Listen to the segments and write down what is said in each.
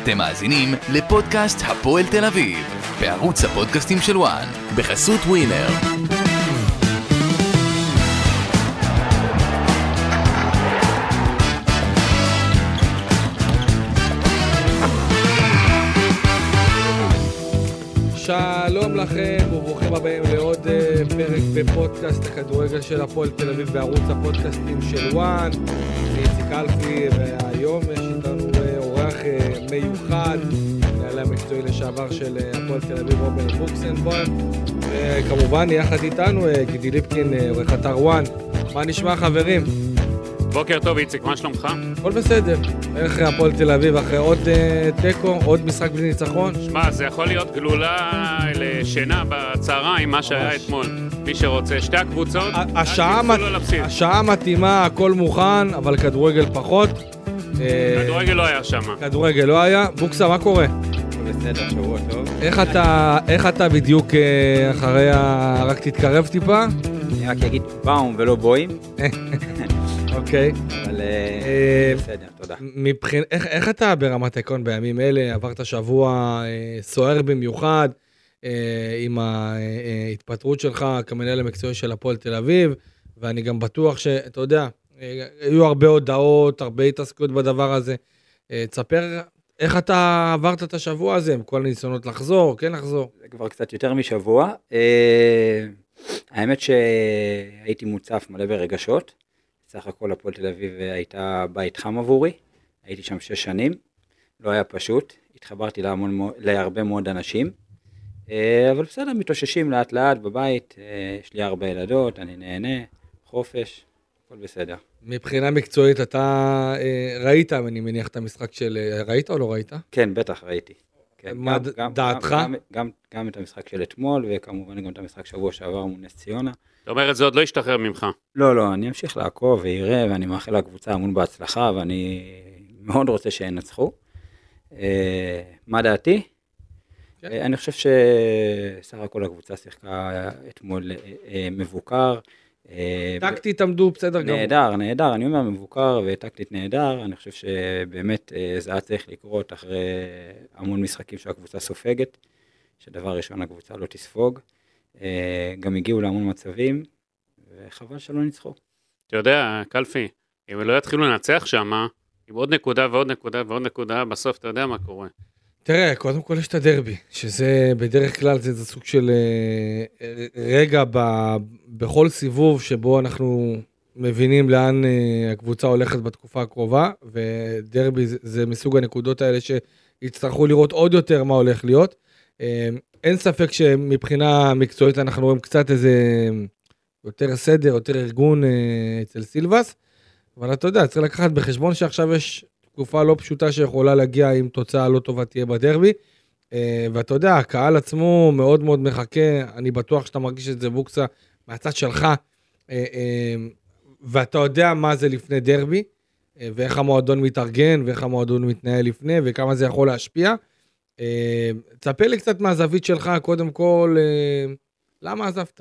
אתם מאזינים לפודקאסט הפועל תל אביב, בערוץ הפודקאסטים של וואן, בחסות ווינר. שלום לכם וברוכים הבאים לעוד פרק בפודקאסט הכדורגל של הפועל תל אביב בערוץ הפודקאסטים של וואן. אני איציק אלפי, והיום יש איתנו אורח מיוחד, מנהל המקצועי לשעבר של הפועל תל אביב רוברט בוקסנבוים, וכמובן יחד איתנו גידי ליפקין, עורך אתר וואן. מה נשמע חברים? בוקר טוב איציק, מה שלומך? הכל בסדר. איך הפועל תל אביב אחרי עוד טקו, עוד משחק בלי ניצחון? שמע, זה יכול להיות גלולה לשינה בצהריים, מה שהיה אתמול. מי שרוצה, שתי הקבוצות, השעה מתאימה, הכל מוכן, אבל כדורגל פחות. כדורגל לא היה שם. כדורגל לא היה. בוקסה, מה קורה? בסדר, שבוע טוב. איך אתה בדיוק אחרי רק תתקרב טיפה? אני רק אגיד באום ולא בואים. אוקיי. אבל בסדר, תודה. איך אתה ברמת העיקרון בימים אלה? עברת שבוע סוער במיוחד עם ההתפטרות שלך כמנהל המקצועי של הפועל תל אביב, ואני גם בטוח שאתה יודע, היו הרבה הודעות, הרבה התעסקות בדבר הזה. תספר איך אתה עברת את השבוע הזה, עם כל הניסיונות לחזור, כן לחזור? זה כבר קצת יותר משבוע. האמת שהייתי מוצף מלא ברגשות. סך הכל הפועל תל אביב הייתה בית חם עבורי, הייתי שם 6 שנים, לא היה פשוט, התחברתי להרבה מאוד אנשים, אבל בסדר, מתאוששים לאט לאט בבית, יש לי 4 ילדות, אני נהנה, חופש, הכל בסדר. מבחינה מקצועית אתה ראית, אני מניח את המשחק של, ראית או לא ראית? כן, בטח ראיתי. כן, מה דעתך? גם את המשחק של אתמול, וכמובן גם את המשחק שבוע שעבר מול נס ציונה. זאת אומרת, זה עוד לא ישתחרר ממך. לא, אני אמשיך לעקוב ויראה, ואני מאחל לקבוצה המון בהצלחה, ואני מאוד רוצה שינצחו. מה דעתי? אני חושב שסך הכל הקבוצה שיחקה אתמול מבוקר. טקטית עמדו בסדר גמור. נהדר, אני אומר מבוקר וטקטית נהדר, אני חושב שבאמת זה היה צריך לקרות אחרי המון משחקים שהקבוצה סופגת, שדבר ראשון הקבוצה לא תספוג. גם הגיעו להמון מצבים, וחבל שלא ניצחו. אתה יודע, קלפי, אם לא יתחילו לנצח שם, עם עוד נקודה ועוד נקודה ועוד נקודה, בסוף אתה יודע מה קורה. תראה, קודם כל יש את הדרבי, שזה בדרך כלל זה סוג של רגע בכל סיבוב שבו אנחנו מבינים לאן הקבוצה הולכת בתקופה הקרובה, ודרבי זה מסוג הנקודות האלה שיצטרכו לראות עוד יותר מה הולך להיות. אין ספק שמבחינה מקצועית אנחנו רואים קצת איזה יותר סדר, יותר ארגון אצל סילבס, אבל אתה יודע, צריך לקחת בחשבון שעכשיו יש תקופה לא פשוטה שיכולה להגיע עם תוצאה לא טובה תהיה בדרבי, ואתה יודע, הקהל עצמו מאוד מאוד מחכה, אני בטוח שאתה מרגיש את זה בוקסה מהצד שלך, ואתה יודע מה זה לפני דרבי, ואיך המועדון מתארגן, ואיך המועדון מתנהל לפני, וכמה זה יכול להשפיע. תספר לי קצת מהזווית שלך, קודם כל, למה עזבת?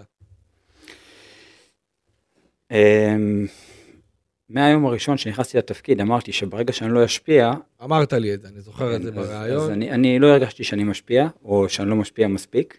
מהיום הראשון שנכנסתי לתפקיד, אמרתי שברגע שאני לא אשפיע... אמרת לי את זה, אני זוכר את זה ברעיון. אז אני לא הרגשתי שאני משפיע, או שאני לא משפיע מספיק.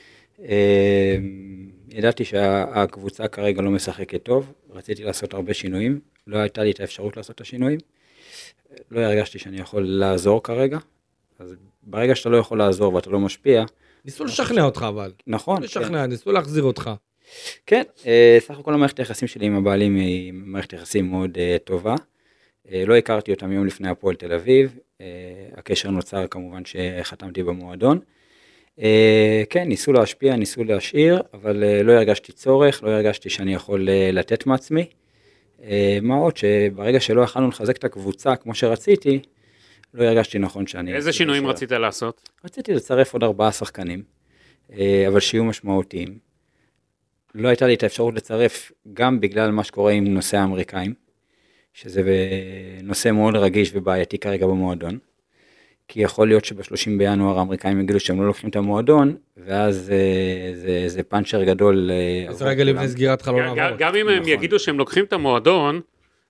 ידעתי שהקבוצה כרגע לא משחקת טוב, רציתי לעשות הרבה שינויים, לא הייתה לי את האפשרות לעשות את השינויים, לא הרגשתי שאני יכול לעזור כרגע, אז ברגע שאתה לא יכול לעזור ואתה לא משפיע... ניסו לשכנע אותך אבל. נכון. ניסו להחזיר אותך. כן, סך הכל המערכת היחסים שלי עם הבעלים היא מערכת יחסים מאוד טובה. לא הכרתי אותם יום לפני הפועל תל אביב. הקשר נוצר כמובן שחתמתי במועדון. כן, ניסו להשפיע, ניסו להשאיר, אבל לא הרגשתי צורך, לא הרגשתי שאני יכול לתת מעצמי. מה עוד שברגע שלא יכלנו לחזק את הקבוצה כמו שרציתי, לא הרגשתי נכון שאני... איזה שינויים רצית לעשות? רציתי לצרף עוד 4 שחקנים, אבל שיהיו משמעותיים. לא הייתה לי את האפשרות לצרף גם בגלל מה שקורה עם נושא האמריקאים, שזה נושא מאוד רגיש ובעייתי כרגע במועדון, כי יכול להיות שב-30 בינואר האמריקאים יגידו שהם לא לוקחים את המועדון, ואז זה פאנצ'ר גדול. זה רגע לפני סגירת חלון העברות. גם אם הם יגידו שהם לוקחים את המועדון,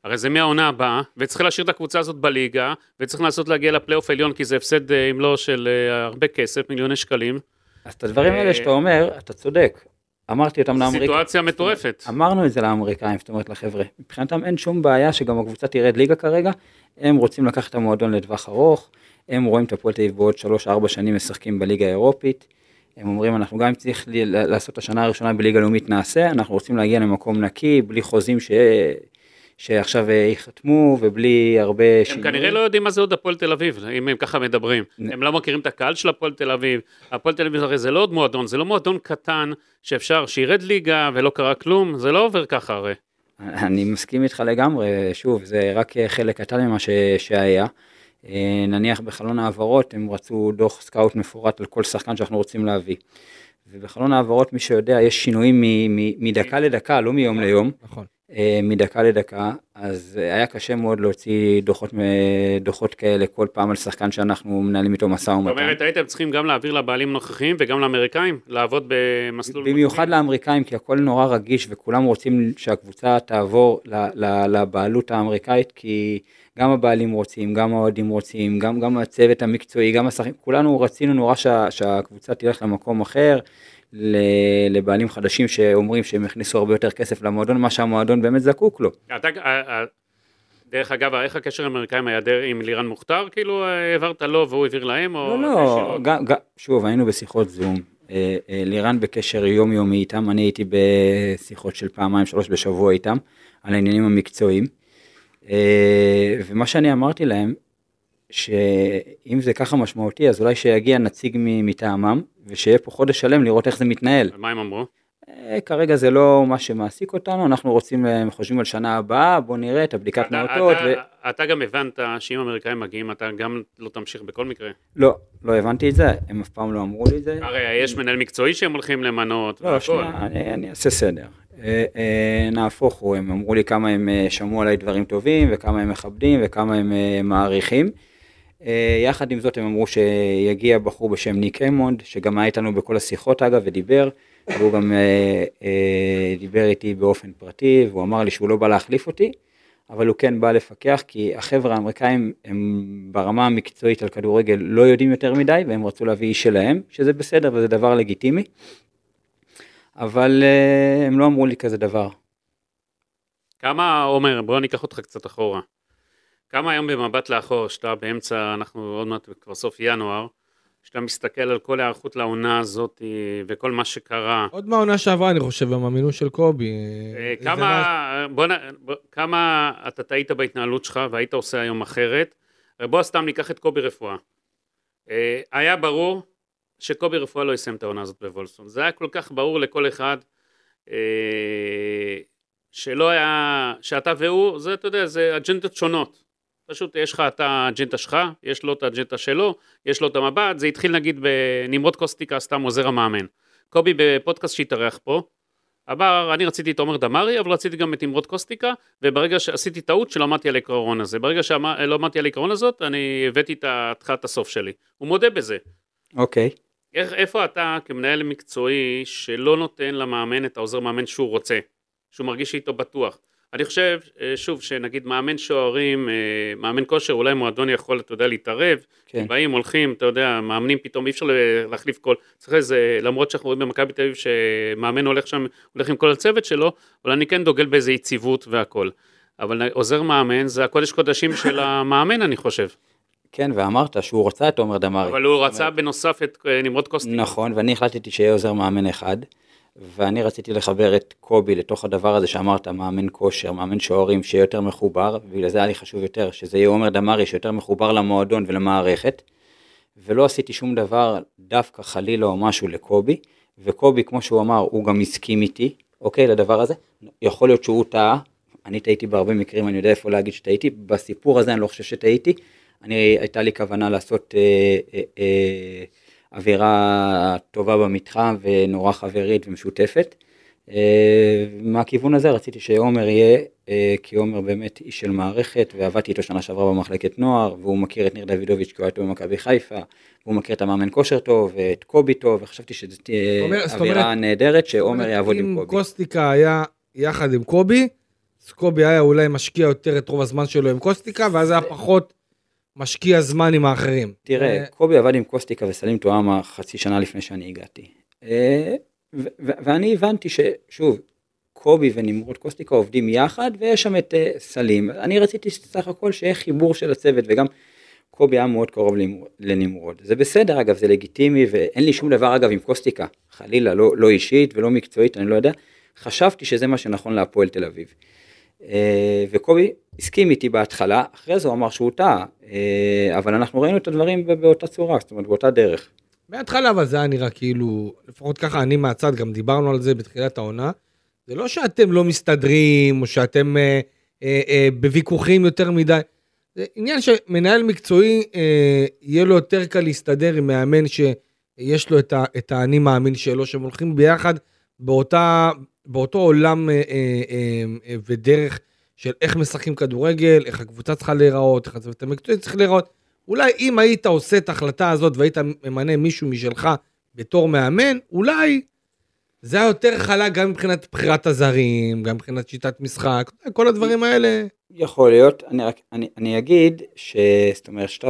הרי זה מהעונה הבאה, וצריך להשאיר את הקבוצה הזאת בליגה, וצריך לנסות להגיע לפלייאוף עליון, כי זה הפסד אם לא של הרבה כסף, מיליוני שקלים. אז את הדברים האלה שאתה אומר, אתה צודק. אמרתי אותם לאמריקאים. סיטואציה מטורפת. אמרנו את זה לאמריקאים, זאת אומרת לחבר'ה. מבחינתם אין שום בעיה שגם הקבוצה תרד ליגה כרגע, הם רוצים לקחת את המועדון לטווח ארוך, הם רואים את הפועל תל אביב בעוד 3-4 שנים משחקים בליגה האירופית, הם אומרים אנחנו גם צריך לעשות את השנה הראשונה בליגה לאומית נעשה, אנחנו רוצים להגיע למקום נקי, בלי חוזים שעכשיו יחתמו ובלי הרבה שינוי. הם כנראה לא יודעים מה זה עוד הפועל תל אביב, אם הם ככה מדברים. הם לא מכירים את הקהל של הפועל תל אביב. הפועל תל אביב הרי זה לא עוד מועדון, זה לא מועדון קטן שאפשר שירד ליגה ולא קרה כלום, זה לא עובר ככה הרי. אני מסכים איתך לגמרי, שוב, זה רק חלק קטן ממה שהיה. נניח בחלון העברות, הם רצו דוח סקאוט מפורט על כל שחקן שאנחנו רוצים להביא. ובחלון העברות, מי שיודע, יש שינויים מדקה לדקה, לא מיום ליום. נכון. מדקה לדקה, אז היה קשה מאוד להוציא דוחות כאלה כל פעם על שחקן שאנחנו מנהלים איתו משא ומתן. זאת אומרת, הייתם צריכים גם להעביר לבעלים נוכחים וגם לאמריקאים, לעבוד במסלול... במיוחד לאמריקאים, כי הכל נורא רגיש וכולם רוצים שהקבוצה תעבור לבעלות האמריקאית, כי גם הבעלים רוצים, גם האוהדים רוצים, גם הצוות המקצועי, גם השחקנים, כולנו רצינו נורא שהקבוצה תלך למקום אחר, לבעלים חדשים שאומרים שהם הכניסו הרבה יותר כסף למועדון, מה שהמועדון באמת זקוק לו. דרך אגב, איך הקשר האמריקאים היה עם לירן מוכתר? כאילו העברת לו והוא העביר להם? לא, שוב, היינו בשיחות זום. לירן בקשר יומיומי איתם, אני הייתי בשיחות של 2-3 בשבוע איתם, על העניינים המקצועיים. ומה שאני אמרתי להם, שאם זה ככה משמעותי, אז אולי שיגיע נציג מטעמם, ושיהיה פה חודש שלם לראות איך זה מתנהל. מה הם אמרו? כרגע זה לא מה שמעסיק אותנו, אנחנו חושבים על שנה הבאה, בוא נראה את הבדיקת נאותות. אתה גם הבנת שאם אמריקאים מגיעים, אתה גם לא תמשיך בכל מקרה? לא הבנתי את זה, הם אף פעם לא אמרו לי את זה. הרי יש מנהל מקצועי שהם הולכים למנות. לא, אני אעשה סדר. נהפוך הוא, הם אמרו לי כמה הם שמעו עליי דברים טובים, וכמה הם מכבדים, וכמה הם מעריכים. יחד עם זאת הם אמרו שיגיע בחור בשם ניק אמונד, שגם היה איתנו בכל השיחות אגב ודיבר, והוא גם דיבר איתי באופן פרטי, והוא אמר לי שהוא לא בא להחליף אותי, אבל הוא כן בא לפקח, כי החבר'ה האמריקאים הם ברמה המקצועית על כדורגל לא יודעים יותר מדי, והם רצו להביא איש שלהם, שזה בסדר וזה דבר לגיטימי, אבל הם לא אמרו לי כזה דבר. כמה, עומר, בוא ניקח אותך קצת אחורה. כמה היום במבט לאחור, שאתה באמצע, אנחנו עוד מעט כבר סוף ינואר, שאתה מסתכל על כל הערכות לעונה הזאת וכל מה שקרה. עוד מהעונה שעברה, אני חושב, המאמינות של קובי. כמה אתה טעית בהתנהלות שלך והיית עושה היום אחרת? בוא סתם ניקח את קובי רפואה. היה ברור שקובי רפואה לא יסיים את העונה הזאת בוולפסון. זה היה כל כך ברור לכל אחד שלא היה, שאתה והוא, זה אתה יודע, זה אג'נדות שונות. פשוט יש לך את האג'נדה שלך, יש לו את האג'נדה שלו, יש לו את המבט, זה התחיל נגיד בנמרוד קוסטיקה, סתם עוזר המאמן. קובי בפודקאסט שהתארח פה, אמר, אני רציתי את עומר דמרי, אבל רציתי גם את נמרוד קוסטיקה, וברגע שעשיתי טעות שלא עמדתי על העיקרון הזה, ברגע שלא עמדתי על העיקרון הזאת, אני הבאתי את התחילת הסוף שלי. הוא מודה בזה. אוקיי. איפה אתה כמנהל מקצועי שלא נותן למאמן את העוזר מאמן שהוא רוצה, שהוא מרגיש איתו בטוח? אני חושב, שוב, שנגיד מאמן שוערים, מאמן כושר, אולי מועדון יכול, אתה יודע, להתערב, כן. באים, הולכים, אתה יודע, מאמנים פתאום, אי אפשר להחליף כל, צריך איזה, למרות שאנחנו רואים במכבי תל אביב, שמאמן הולך שם, הולך עם כל הצוות שלו, אבל אני כן דוגל באיזה יציבות והכל. אבל עוזר מאמן, זה הקודש קודשים של המאמן, אני חושב. כן, ואמרת שהוא רצה את עומר דמרי. אבל הוא רצה בנוסף את נמרוד קוסטיקה. נכון, ואני החלטתי שיהיה עוזר מאמן אחד, ואני רציתי לחבר את קובי לתוך הדבר הזה שאמרת, מאמן כושר, מאמן שוערים שיהיה יותר מחובר, ובגלל זה היה לי חשוב יותר שזה יהיה עומר דמרי שיותר מחובר למועדון ולמערכת, ולא עשיתי שום דבר דווקא חלילה או משהו לקובי, וקובי כמו שהוא אמר, הוא גם הסכים איתי, אוקיי, לדבר הזה, יכול להיות שהוא טעה, אני טעיתי בהרבה מקרים, אני יודע איפה להגיד שטעיתי, בסיפור הזה אני לא חושב שטעיתי, הייתה לי כוונה לעשות אווירה טובה במתחם ונורא חברית ומשותפת. מהכיוון הזה רציתי שעומר יהיה, כי עומר באמת איש של מערכת, ועבדתי איתו שנה שעברה במחלקת נוער, והוא מכיר את ניר דוידוביץ' כי הוא היה טוב במכבי חיפה, והוא מכיר את המאמן כושר טוב, ואת קובי טוב, וחשבתי שזו תהיה אווירה נהדרת, שעומר יעבוד עם קובי. אם קוסטיקה היה יחד עם קובי, אז קובי היה אולי משקיע יותר את רוב הזמן שלו עם קוסטיקה, ואז היה פחות משקיע זמן עם האחרים. תראה, קובי עבד עם קוסטיקה וסלים טועמה חצי שנה לפני שאני הגעתי. ואני הבנתי ששוב, קובי ונמרוד קוסטיקה עובדים יחד, ויש שם את סלים. אני רציתי סך הכל שיהיה חיבור של הצוות, וגם קובי היה מאוד קרוב לנמרוד. זה בסדר, אגב, זה לגיטימי, ואין לי שום דבר, אגב, עם קוסטיקה. חלילה, לא אישית ולא מקצועית, אני לא יודע. חשבתי שזה מה שנכון להפועל תל אביב. וקובי הסכים איתי בהתחלה, אחרי זה הוא אמר שהוא טעה, אבל אנחנו ראינו את הדברים באותה צורה, זאת אומרת, באותה דרך. בהתחלה, אבל זה היה נראה כאילו, לפחות ככה, אני מהצד, גם דיברנו על זה בתחילת העונה, זה לא שאתם לא מסתדרים, או שאתם בוויכוחים יותר מדי, זה עניין שמנהל מקצועי, יהיה לו יותר קל להסתדר עם מאמן שיש לו את האני מאמין שלו, שהם הולכים ביחד באותו עולם ודרך של איך משחקים כדורגל, איך הקבוצה צריכה להיראות, איך הצוות המקצועי צריך להיראות. אולי אם היית עושה את ההחלטה הזאת והיית ממנה מישהו משלך בתור מאמן, אולי זה היה יותר חלק גם מבחינת בחירת הזרים, גם מבחינת שיטת משחק, כל הדברים האלה. יכול להיות, אני אגיד זאת אומרת, שאתה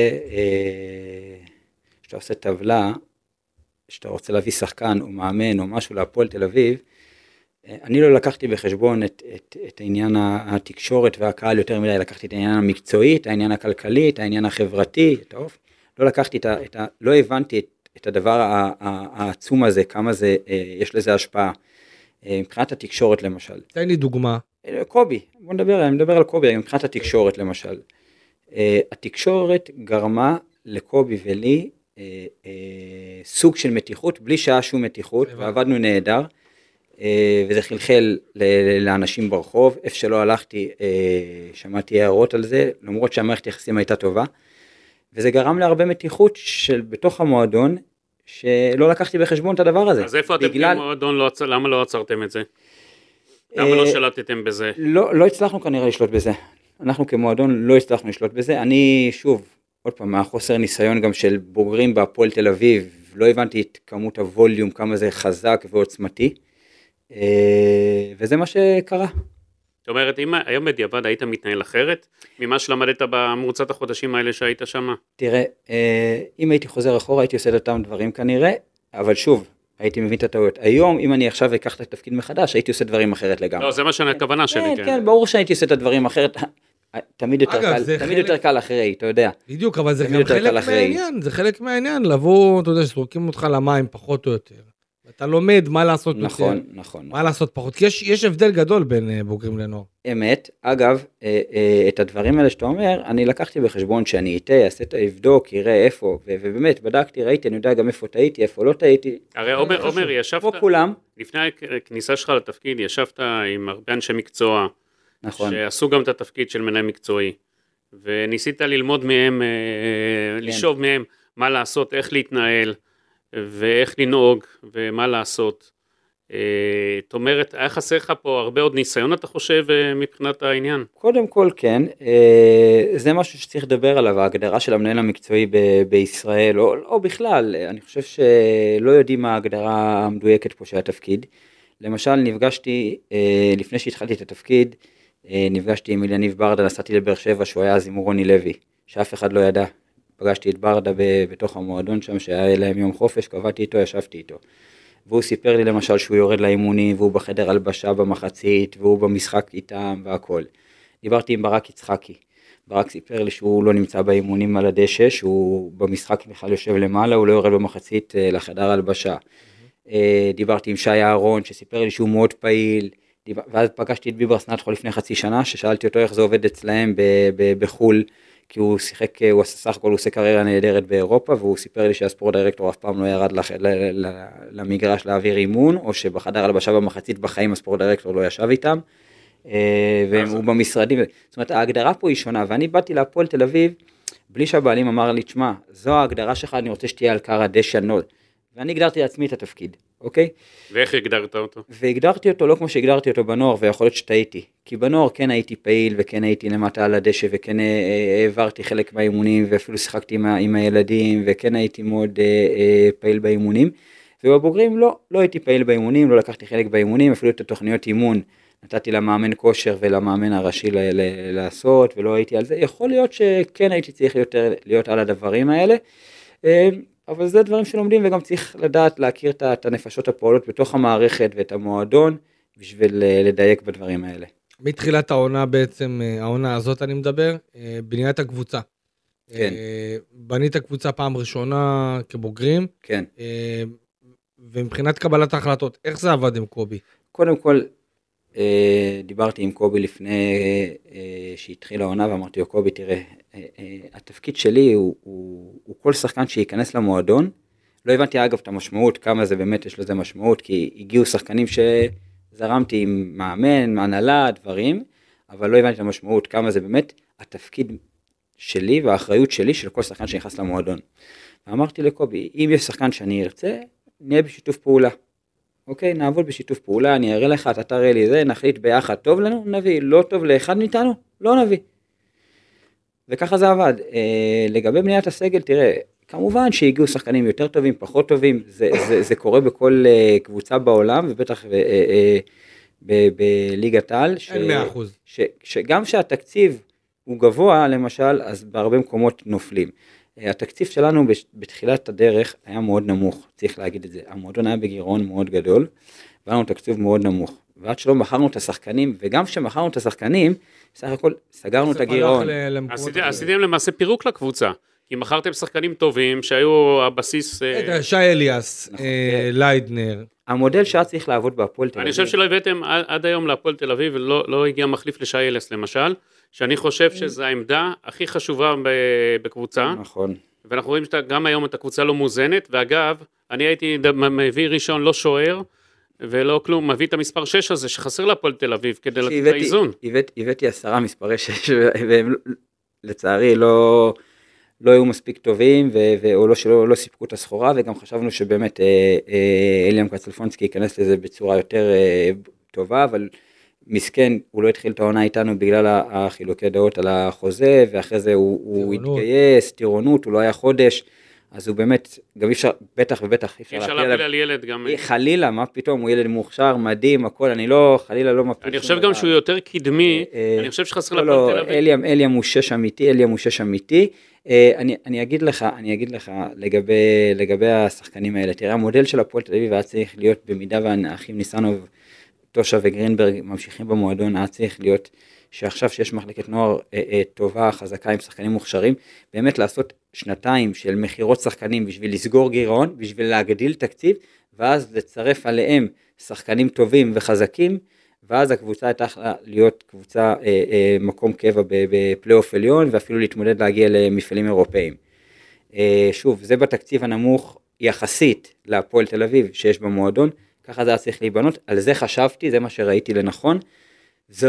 עושה טבלה, שאתה רוצה להביא שחקן או מאמן או משהו להפועל תל אביב, אני לא לקחתי בחשבון את העניין התקשורת והקהל יותר מדי, לקחתי את העניין המקצועי, את העניין הכלכלי, את העניין החברתי, טוב? לא לקחתי לא הבנתי את הדבר העצום הזה, כמה זה, יש לזה השפעה. מבחינת התקשורת למשל. תן לי דוגמה. קובי, בוא נדבר על קובי, מבחינת התקשורת למשל. התקשורת גרמה לקובי ולי סוג של מתיחות, בלי שעה שום מתיחות, ועבדנו נהדר, וזה חלחל לאנשים ברחוב, איפה שלא הלכתי, שמעתי הערות על זה, למרות שהמערכת יחסים הייתה טובה, וזה גרם להרבה מתיחות של בתוך המועדון, שלא לקחתי בחשבון את הדבר הזה. אז איפה אתם כמועדון, למה לא עצרתם את זה? למה לא שלטתם בזה? לא הצלחנו כנראה לשלוט בזה. אנחנו כמועדון לא הצלחנו לשלוט בזה. אני שוב, עוד פעם, מהחוסר ניסיון גם של בוגרים בהפועל תל אביב, לא הבנתי את כמות הווליום, כמה זה חזק ועוצמתי, וזה מה שקרה. זאת אומרת, אם היום בדיעבד היית מתנהל אחרת, ממה שלמדת במרוצת החודשים האלה שהיית שם? תראה, אם הייתי חוזר אחורה, הייתי עושה את אותם דברים כנראה, אבל שוב, הייתי מבין את הטעויות. היום, אם אני עכשיו אקח את התפקיד מחדש, הייתי עושה דברים אחרת לגמרי. לא, זה מה הכוונה שלי. כן, ברור שהייתי עושה את הדברים אחרת. תמיד יותר קל אחרי, אתה יודע. בדיוק, אבל זה גם חלק מהעניין, זה חלק מהעניין, לבוא, אתה יודע, שזורקים אותך למים פחות או יותר. אתה לומד מה לעשות יותר. נכון. מה לעשות פחות, כי יש הבדל גדול בין בוגרים לנוער. אמת, אגב, את הדברים האלה שאתה אומר, אני לקחתי בחשבון שאני איתה, אבדוק, יראה איפה, ובאמת, בדקתי, ראיתי, אני יודע גם איפה טעיתי, איפה לא טעיתי. הרי עומר, ישבת, לפני הכניסה שלך לתפקיד, ישבת עם הרבה אנשי מקצוע, נכון. שעשו גם את התפקיד של מנהל מקצועי, וניסית ללמוד מהם, לשאוב מהם מה לעשות, איך להתנהל, ואיך לנהוג, ומה לעשות. זאת אומרת, היה חסר לך פה הרבה עוד ניסיון, אתה חושב, מבחינת העניין? קודם כל, כן. זה משהו שצריך לדבר עליו, ההגדרה של המנהל המקצועי בישראל, או בכלל, אני חושב שלא יודעים מה ההגדרה המדויקת פה של התפקיד. למשל, נפגשתי, לפני שהתחלתי את התפקיד, נפגשתי עם יניב ברדה, נסעתי לבאר שבע, שהוא היה אז עם רוני לוי, שאף אחד לא ידע. פגשתי את ברדה בתוך המועדון שם, שהיה להם יום חופש, קבעתי איתו, ישבתי איתו. והוא סיפר לי למשל שהוא יורד לאימונים, והוא בחדר הלבשה במחצית, והוא במשחק איתם והכל. דיברתי עם ברק יצחקי. ברק סיפר לי שהוא לא נמצא באימונים על הדשא, שהוא במשחק בכלל יושב למעלה, הוא לא יורד במחצית לחדר הלבשה. דיברתי עם שי אהרון, שסיפר לי שהוא מאוד פעיל, ואז פגשתי את ביברס נתחו לפני חצי שנה, ששאלתי אותו איך זה עובד אצלהם בחול, כי הוא שיחק, הוא עשה סך הכל, הוא עושה קריירה נהדרת באירופה, והוא סיפר לי שהספורט דירקטור אף פעם לא ירד למגרש להעביר אימון, או שבחדר הלבשה במחצית בחיים הספורט דירקטור לא ישב איתם, והוא במשרדים, זאת אומרת ההגדרה פה היא שונה, ואני באתי להפועל תל אביב, בלי שהבעלים אמר לי, תשמע, זו ההגדרה שלך, אני רוצה שתהיה על קר הדשא נול, ואני הגדרתי לעצמי את התפקיד, אוקיי? ואיך הגדרת אותו? והגדרתי אותו לא כמו שהגדרתי אותו בנוער, ויכול להיות שטעיתי. כי בנוער כן הייתי פעיל, וכן הייתי למטה על הדשא, וכן העברתי חלק מהאימונים, ואפילו שיחקתי עם הילדים, וכן הייתי מאוד פעיל באימונים. ובבוגרים לא הייתי פעיל באימונים, לא לקחתי חלק באימונים, אפילו את התוכניות אימון, נתתי למאמן כושר ולמאמן הראשי לעשות, ולא הייתי על זה, יכול להיות שכן הייתי צריך להיות על הדברים האלה, אבל זה דברים שלומדים, וגם צריך לדעת להכיר את הנפשות הפועלות בתוך המערכת ואת המועדון, בשביל לדייק בדברים האלה. מתחילת העונה בעצם, העונה הזאת אני מדבר, בניית הקבוצה. כן. בנית הקבוצה פעם ראשונה כבוגרים. כן. ומבחינת קבלת ההחלטות, איך זה עבד עם קובי? קודם כל, דיברתי עם קובי לפני שהתחיל העונה, ואמרתי לו, קובי, תראה, התפקיד שלי הוא כל שחקן שייכנס למועדון. לא הבנתי אגב את המשמעות, כמה זה באמת יש לזה משמעות, כי הגיעו שחקנים שזרמתי עם מאמן, הנהלה, דברים, אבל לא הבנתי את המשמעות, כמה זה באמת התפקיד שלי והאחריות שלי של כל שחקן שנכנס למועדון. ואמרתי לקובי, אם יש שחקן שאני ארצה, נהיה בשיתוף פעולה. אוקיי, נעבוד בשיתוף פעולה, אני אראה לך, אתה תראה לי זה, נחליט ביחד, טוב לנו, נביא, לא טוב לאחד מאיתנו, לא נביא. וככה זה עבד. לגבי בניית הסגל, תראה, כמובן שהגיעו שחקנים יותר טובים, פחות טובים, זה קורה בכל קבוצה בעולם, ובטח בליגת העל, שגם שהתקציב הוא גבוה, למשל, אז בהרבה מקומות נופלים. התקציב שלנו בתחילת הדרך היה מאוד נמוך, צריך להגיד את זה. המועדון היה בגירעון מאוד גדול, והיה לנו תקציב מאוד נמוך. ועד שלא מכרנו את השחקנים, וגם כשמכרנו את השחקנים, סך הכל סגרנו את הגירעון. עשיתם למעשה פירוק לקבוצה, כי מכרתם שחקנים טובים, שהיו הבסיס... שי אליאס, ליידנר. המודל שהיה צריך לעבוד בהפועל תל אביב. אני חושב שלא הבאתם עד היום להפועל תל אביב, ולא הגיע מחליף לשי אליאס למשל, שאני חושב שזו העמדה הכי חשובה בקבוצה. נכון. ואנחנו רואים שגם היום את הקבוצה לא מוזנת, ואגב, אני הייתי מביא ראשון לא שוער, ולא כלום, מביא את המספר 6 הזה, שחסר להפועל תל אביב, כדי לתת את האיזון. הבאתי 10 מספרי 6, והם לצערי לא היו מספיק טובים, או לא סיפקו את הסחורה, וגם חשבנו שבאמת אליאם קצלפונסקי ייכנס לזה בצורה יותר טובה, אבל מסכן, הוא לא התחיל את העונה איתנו בגלל החילוקי דעות על החוזה, ואחרי זה הוא התגייס, טירונות, הוא לא היה חודש, אז הוא באמת, גם אי אפשר, בטח ובטח, אי אפשר להפיל על ילד גם... חלילה, מה פתאום, הוא ילד מוכשר, מדהים, הכל, אני לא, חלילה לא מפיל. אני חושב גם שהוא יותר קדמי, אני חושב שחסר להפועל תל אביב. אליאם הוא 6 אמיתי, אני אגיד לך לגבי השחקנים האלה, תראה, המודל של הפועל תל אביב היה צריך להיות במידה והאחים ניסנוב, טושה וגרינברג ממשיכים במועדון, היה צריך להיות שעכשיו שיש מחלקת נוער טובה, חזקה עם שחקנים מוכשרים, באמת לעשות שנתיים של מחירות שחקנים בשביל לסגור גירעון, בשביל להגדיל תקציב, ואז לצרף עליהם שחקנים טובים וחזקים, ואז הקבוצה הייתה להיות קבוצה מקום קבע בפלייאוף עליון, ואפילו להתמודד להגיע למפעלים אירופאים. שוב, זה בתקציב הנמוך יחסית להפועל תל אביב שיש במועדון, ככה זה היה צריך להיבנות, על זה חשבתי, זה מה שראיתי לנכון, זה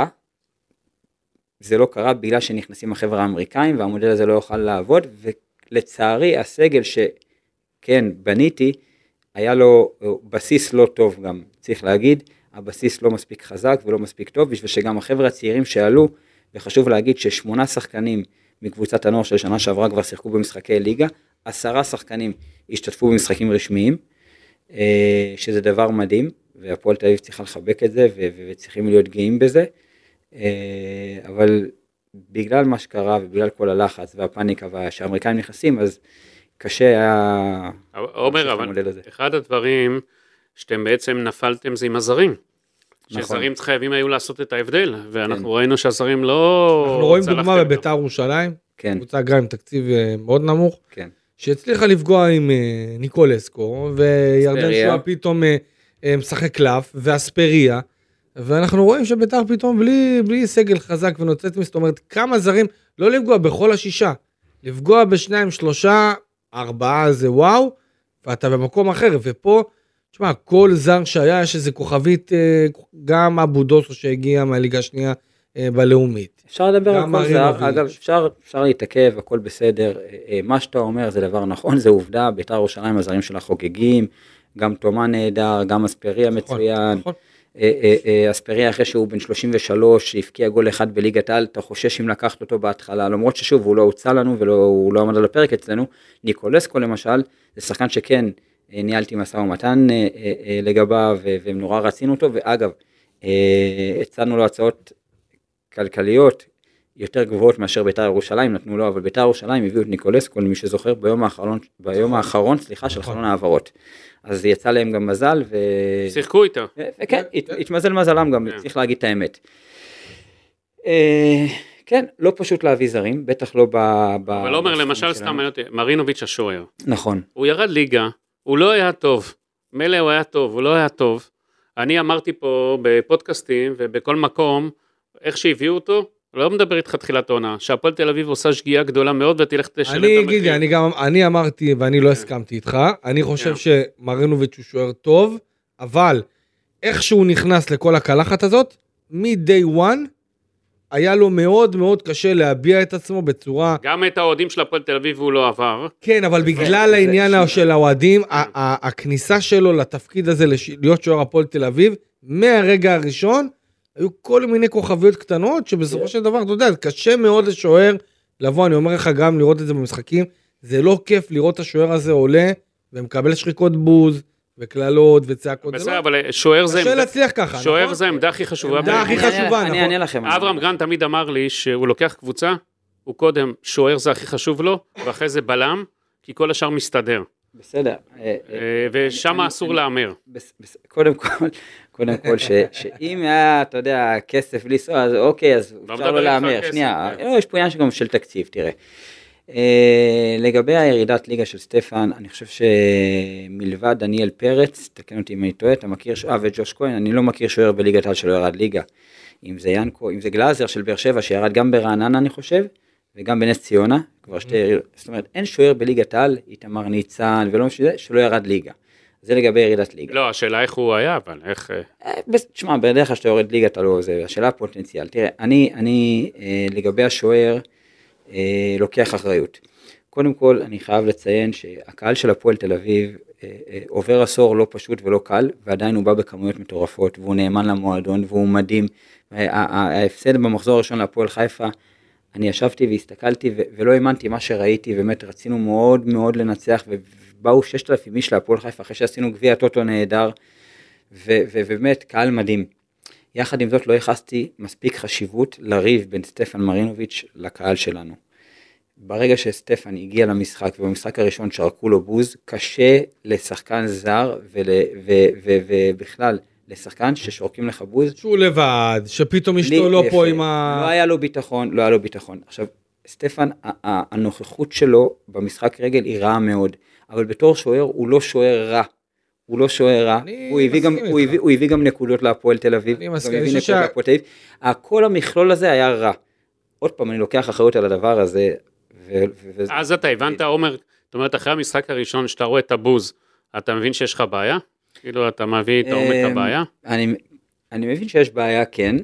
לא קרה בגלל שנכנסים החבר'ה האמריקאים, והמודל הזה לא יוכל לעבוד, ולצערי הסגל שכן בניתי, היה לו בסיס לא טוב גם, צריך להגיד, הבסיס לא מספיק חזק ולא מספיק טוב, בשביל שגם החבר'ה הצעירים שעלו, וחשוב להגיד ש8 שחקנים מקבוצת הנוער של שנה שעברה כבר שיחקו במשחקי ליגה, 10 שחקנים השתתפו במשחקים רשמיים, שזה דבר מדהים, והפועל תל אביב צריכה לחבק את זה, וצריכים להיות גאים בזה, אבל בגלל מה שקרה, ובגלל כל הלחץ והפאניקה, שהאמריקאים נכנסים, אז קשה היה... עומר, אבל אחד הדברים שאתם בעצם נפלתם זה עם הזרים. שזרים חייבים היו לעשות את ההבדל, ואנחנו ראינו שהזרים לא... אנחנו רואים דוגמה בבית"ר ירושלים, קבוצה גם עם תקציב מאוד נמוך, שהצליחה לפגוע עם ניקולסקו, וירדן שואה פתאום משחק קלף, ואספריה, ואנחנו רואים שבית"ר פתאום בלי סגל חזק ונוצץ, זאת אומרת, כמה זרים, לא לפגוע בכל 6, לפגוע ב2, 3, 4 זה וואו, ואתה במקום אחר, ופה, תשמע, כל זר שהיה, יש איזה כוכבית, גם אבו דוסו שהגיע מהליגה השנייה בלאומית. אפשר לדבר על כל זר, אגב, אפשר להתעכב, הכל בסדר, מה שאתה אומר זה דבר נכון, זה עובדה, בית"ר ירושלים הזרים שלה חוגגים, גם תומה נהדר, גם אספריה מצוין, אספריה אחרי שהוא בן 33, שהפקיע גול אחד בליגת העל, אתה חושש אם לקחת אותו בהתחלה, למרות ששוב, הוא לא הוצא לנו, והוא לא עמד על הפרק אצלנו, ניקולסקו למשל, זה שחקן שכן, ניהלתי משא ומתן לגביו, ונורא רצינו אותו, ואגב, הצענו לו הצעות כלכליות יותר גבוהות מאשר בית"ר ירושלים, נתנו לו, אבל בית"ר ירושלים הביאו את ניקולסקו, למי שזוכר, ביום האחרון, סליחה, של חלון העברות. אז יצא להם גם מזל, שיחקו איתה. כן, התמזל מזלם גם, צריך להגיד את האמת. כן, לא פשוט להביא זרים, בטח לא אבל אומר, למשל, סתם מרינוביץ' השוער. נכון. הוא ירד ליגה, הוא לא היה טוב. מילא הוא היה טוב, הוא לא היה טוב. אני אמרתי פה בפודקאסטים ובכל מקום, איך שהביאו אותו, לא מדבר איתך תחילת עונה, שהפועל תל אביב עושה שגיאה גדולה מאוד ותלך תשלם את המחיר. אני אמרתי ואני לא הסכמתי איתך, אני חושב שמרינוביץ' הוא שוער טוב, אבל איך שהוא נכנס לכל הקלחת הזאת, מ-day one, היה לו מאוד מאוד קשה להביע את עצמו בצורה... גם את האוהדים של הפועל תל אביב הוא לא עבר. כן, אבל בגלל העניין של האוהדים, הכניסה שלו לתפקיד הזה להיות שוער הפועל תל אביב, מהרגע הראשון, היו כל מיני כוכביות קטנות, שבסופו של דבר, אתה יודע, קשה מאוד לשוער לבוא, אני אומר לך גם לראות את זה במשחקים, זה לא כיף לראות את השוער הזה עולה, ומקבל שריקות בוז, וכללות וצעקות. בסדר, אבל שוער זה... קשה להצליח ככה. שוער זה העמדה הכי חשובה. העמדה הכי חשובה, אני אענה לכם. אברהם גרנט תמיד אמר לי שהוא לוקח קבוצה, הוא קודם שוער זה הכי חשוב לו, ואחרי זה בלם, כי כל השאר מסתדר. בסדר. ושם אסור לאמר. קודם כל, שאם היה, אתה יודע, כסף לנסוע, אז אוקיי, אז אפשר לא לאמר. שנייה, יש פה עניין שגם של תקציב, תראה. לגבי הירידת ליגה של סטפן, אני חושב שמלבד דניאל פרץ, תקן אותי אם אני טועה, אתה מכיר וג'וש כהן, אני לא מכיר שוער בליגת העל שלא ירד ליגה. אם זה ינקו, אם זה גלאזר של באר שבע, שירד גם ברעננה, אני חושב, וגם בנס ציונה, כבר זאת אומרת, אין שוער בליגת העל, איתמר ניצן ולא משהו זה, שלא ירד ליגה. זה לגבי ירידת ליגה. לא, השאלה איך הוא היה, אבל איך... תשמע, בדרך כלל שאתה יורד ליגה, אתה לא, זה השאלה הפוטנציאל. תראה, אני לגבי השוער, לוקח אחריות. קודם כל, אני חייב לציין שהקהל של הפועל תל אביב עובר עשור לא פשוט ולא קל, ועדיין הוא בא בכמויות מטורפות, והוא נאמן למועדון, והוא מדהים. ההפסד במחזור הראשון להפועל חיפה, אני ישבתי והסתכלתי ולא האמנתי מה שראיתי, באמת רצינו מאוד מאוד לנצח, ובאו 6,000 איש להפועל חיפה, אחרי שעשינו גביע טוטו נהדר, ובאמת קהל מדהים. יחד עם זאת לא ייחסתי מספיק חשיבות לריב בין סטפן מרינוביץ' לקהל שלנו. ברגע שסטפן הגיע למשחק, ובמשחק הראשון שרקו לו בוז, קשה לשחקן זר ובכלל לשחקן ששורקים לך בוז. שהוא לבד, שפתאום אשתו לא פה עם לא היה לו ביטחון. עכשיו, סטפן, הנוכחות שלו במשחק רגל היא רעה מאוד, אבל בתור שוער הוא לא שוער רע. הוא לא שוער רע, הוא הביא גם נקודות להפועל תל אביב, כל המכלול הזה היה רע. עוד פעם, אני לוקח אחריות על הדבר הזה. אז אתה הבנת, עומר, זאת אומרת, אחרי המשחק הראשון, שאתה רואה את הבוז, אתה מבין שיש לך בעיה? כאילו, אתה מביא את העומק הבעיה? אני מבין שיש בעיה, כן.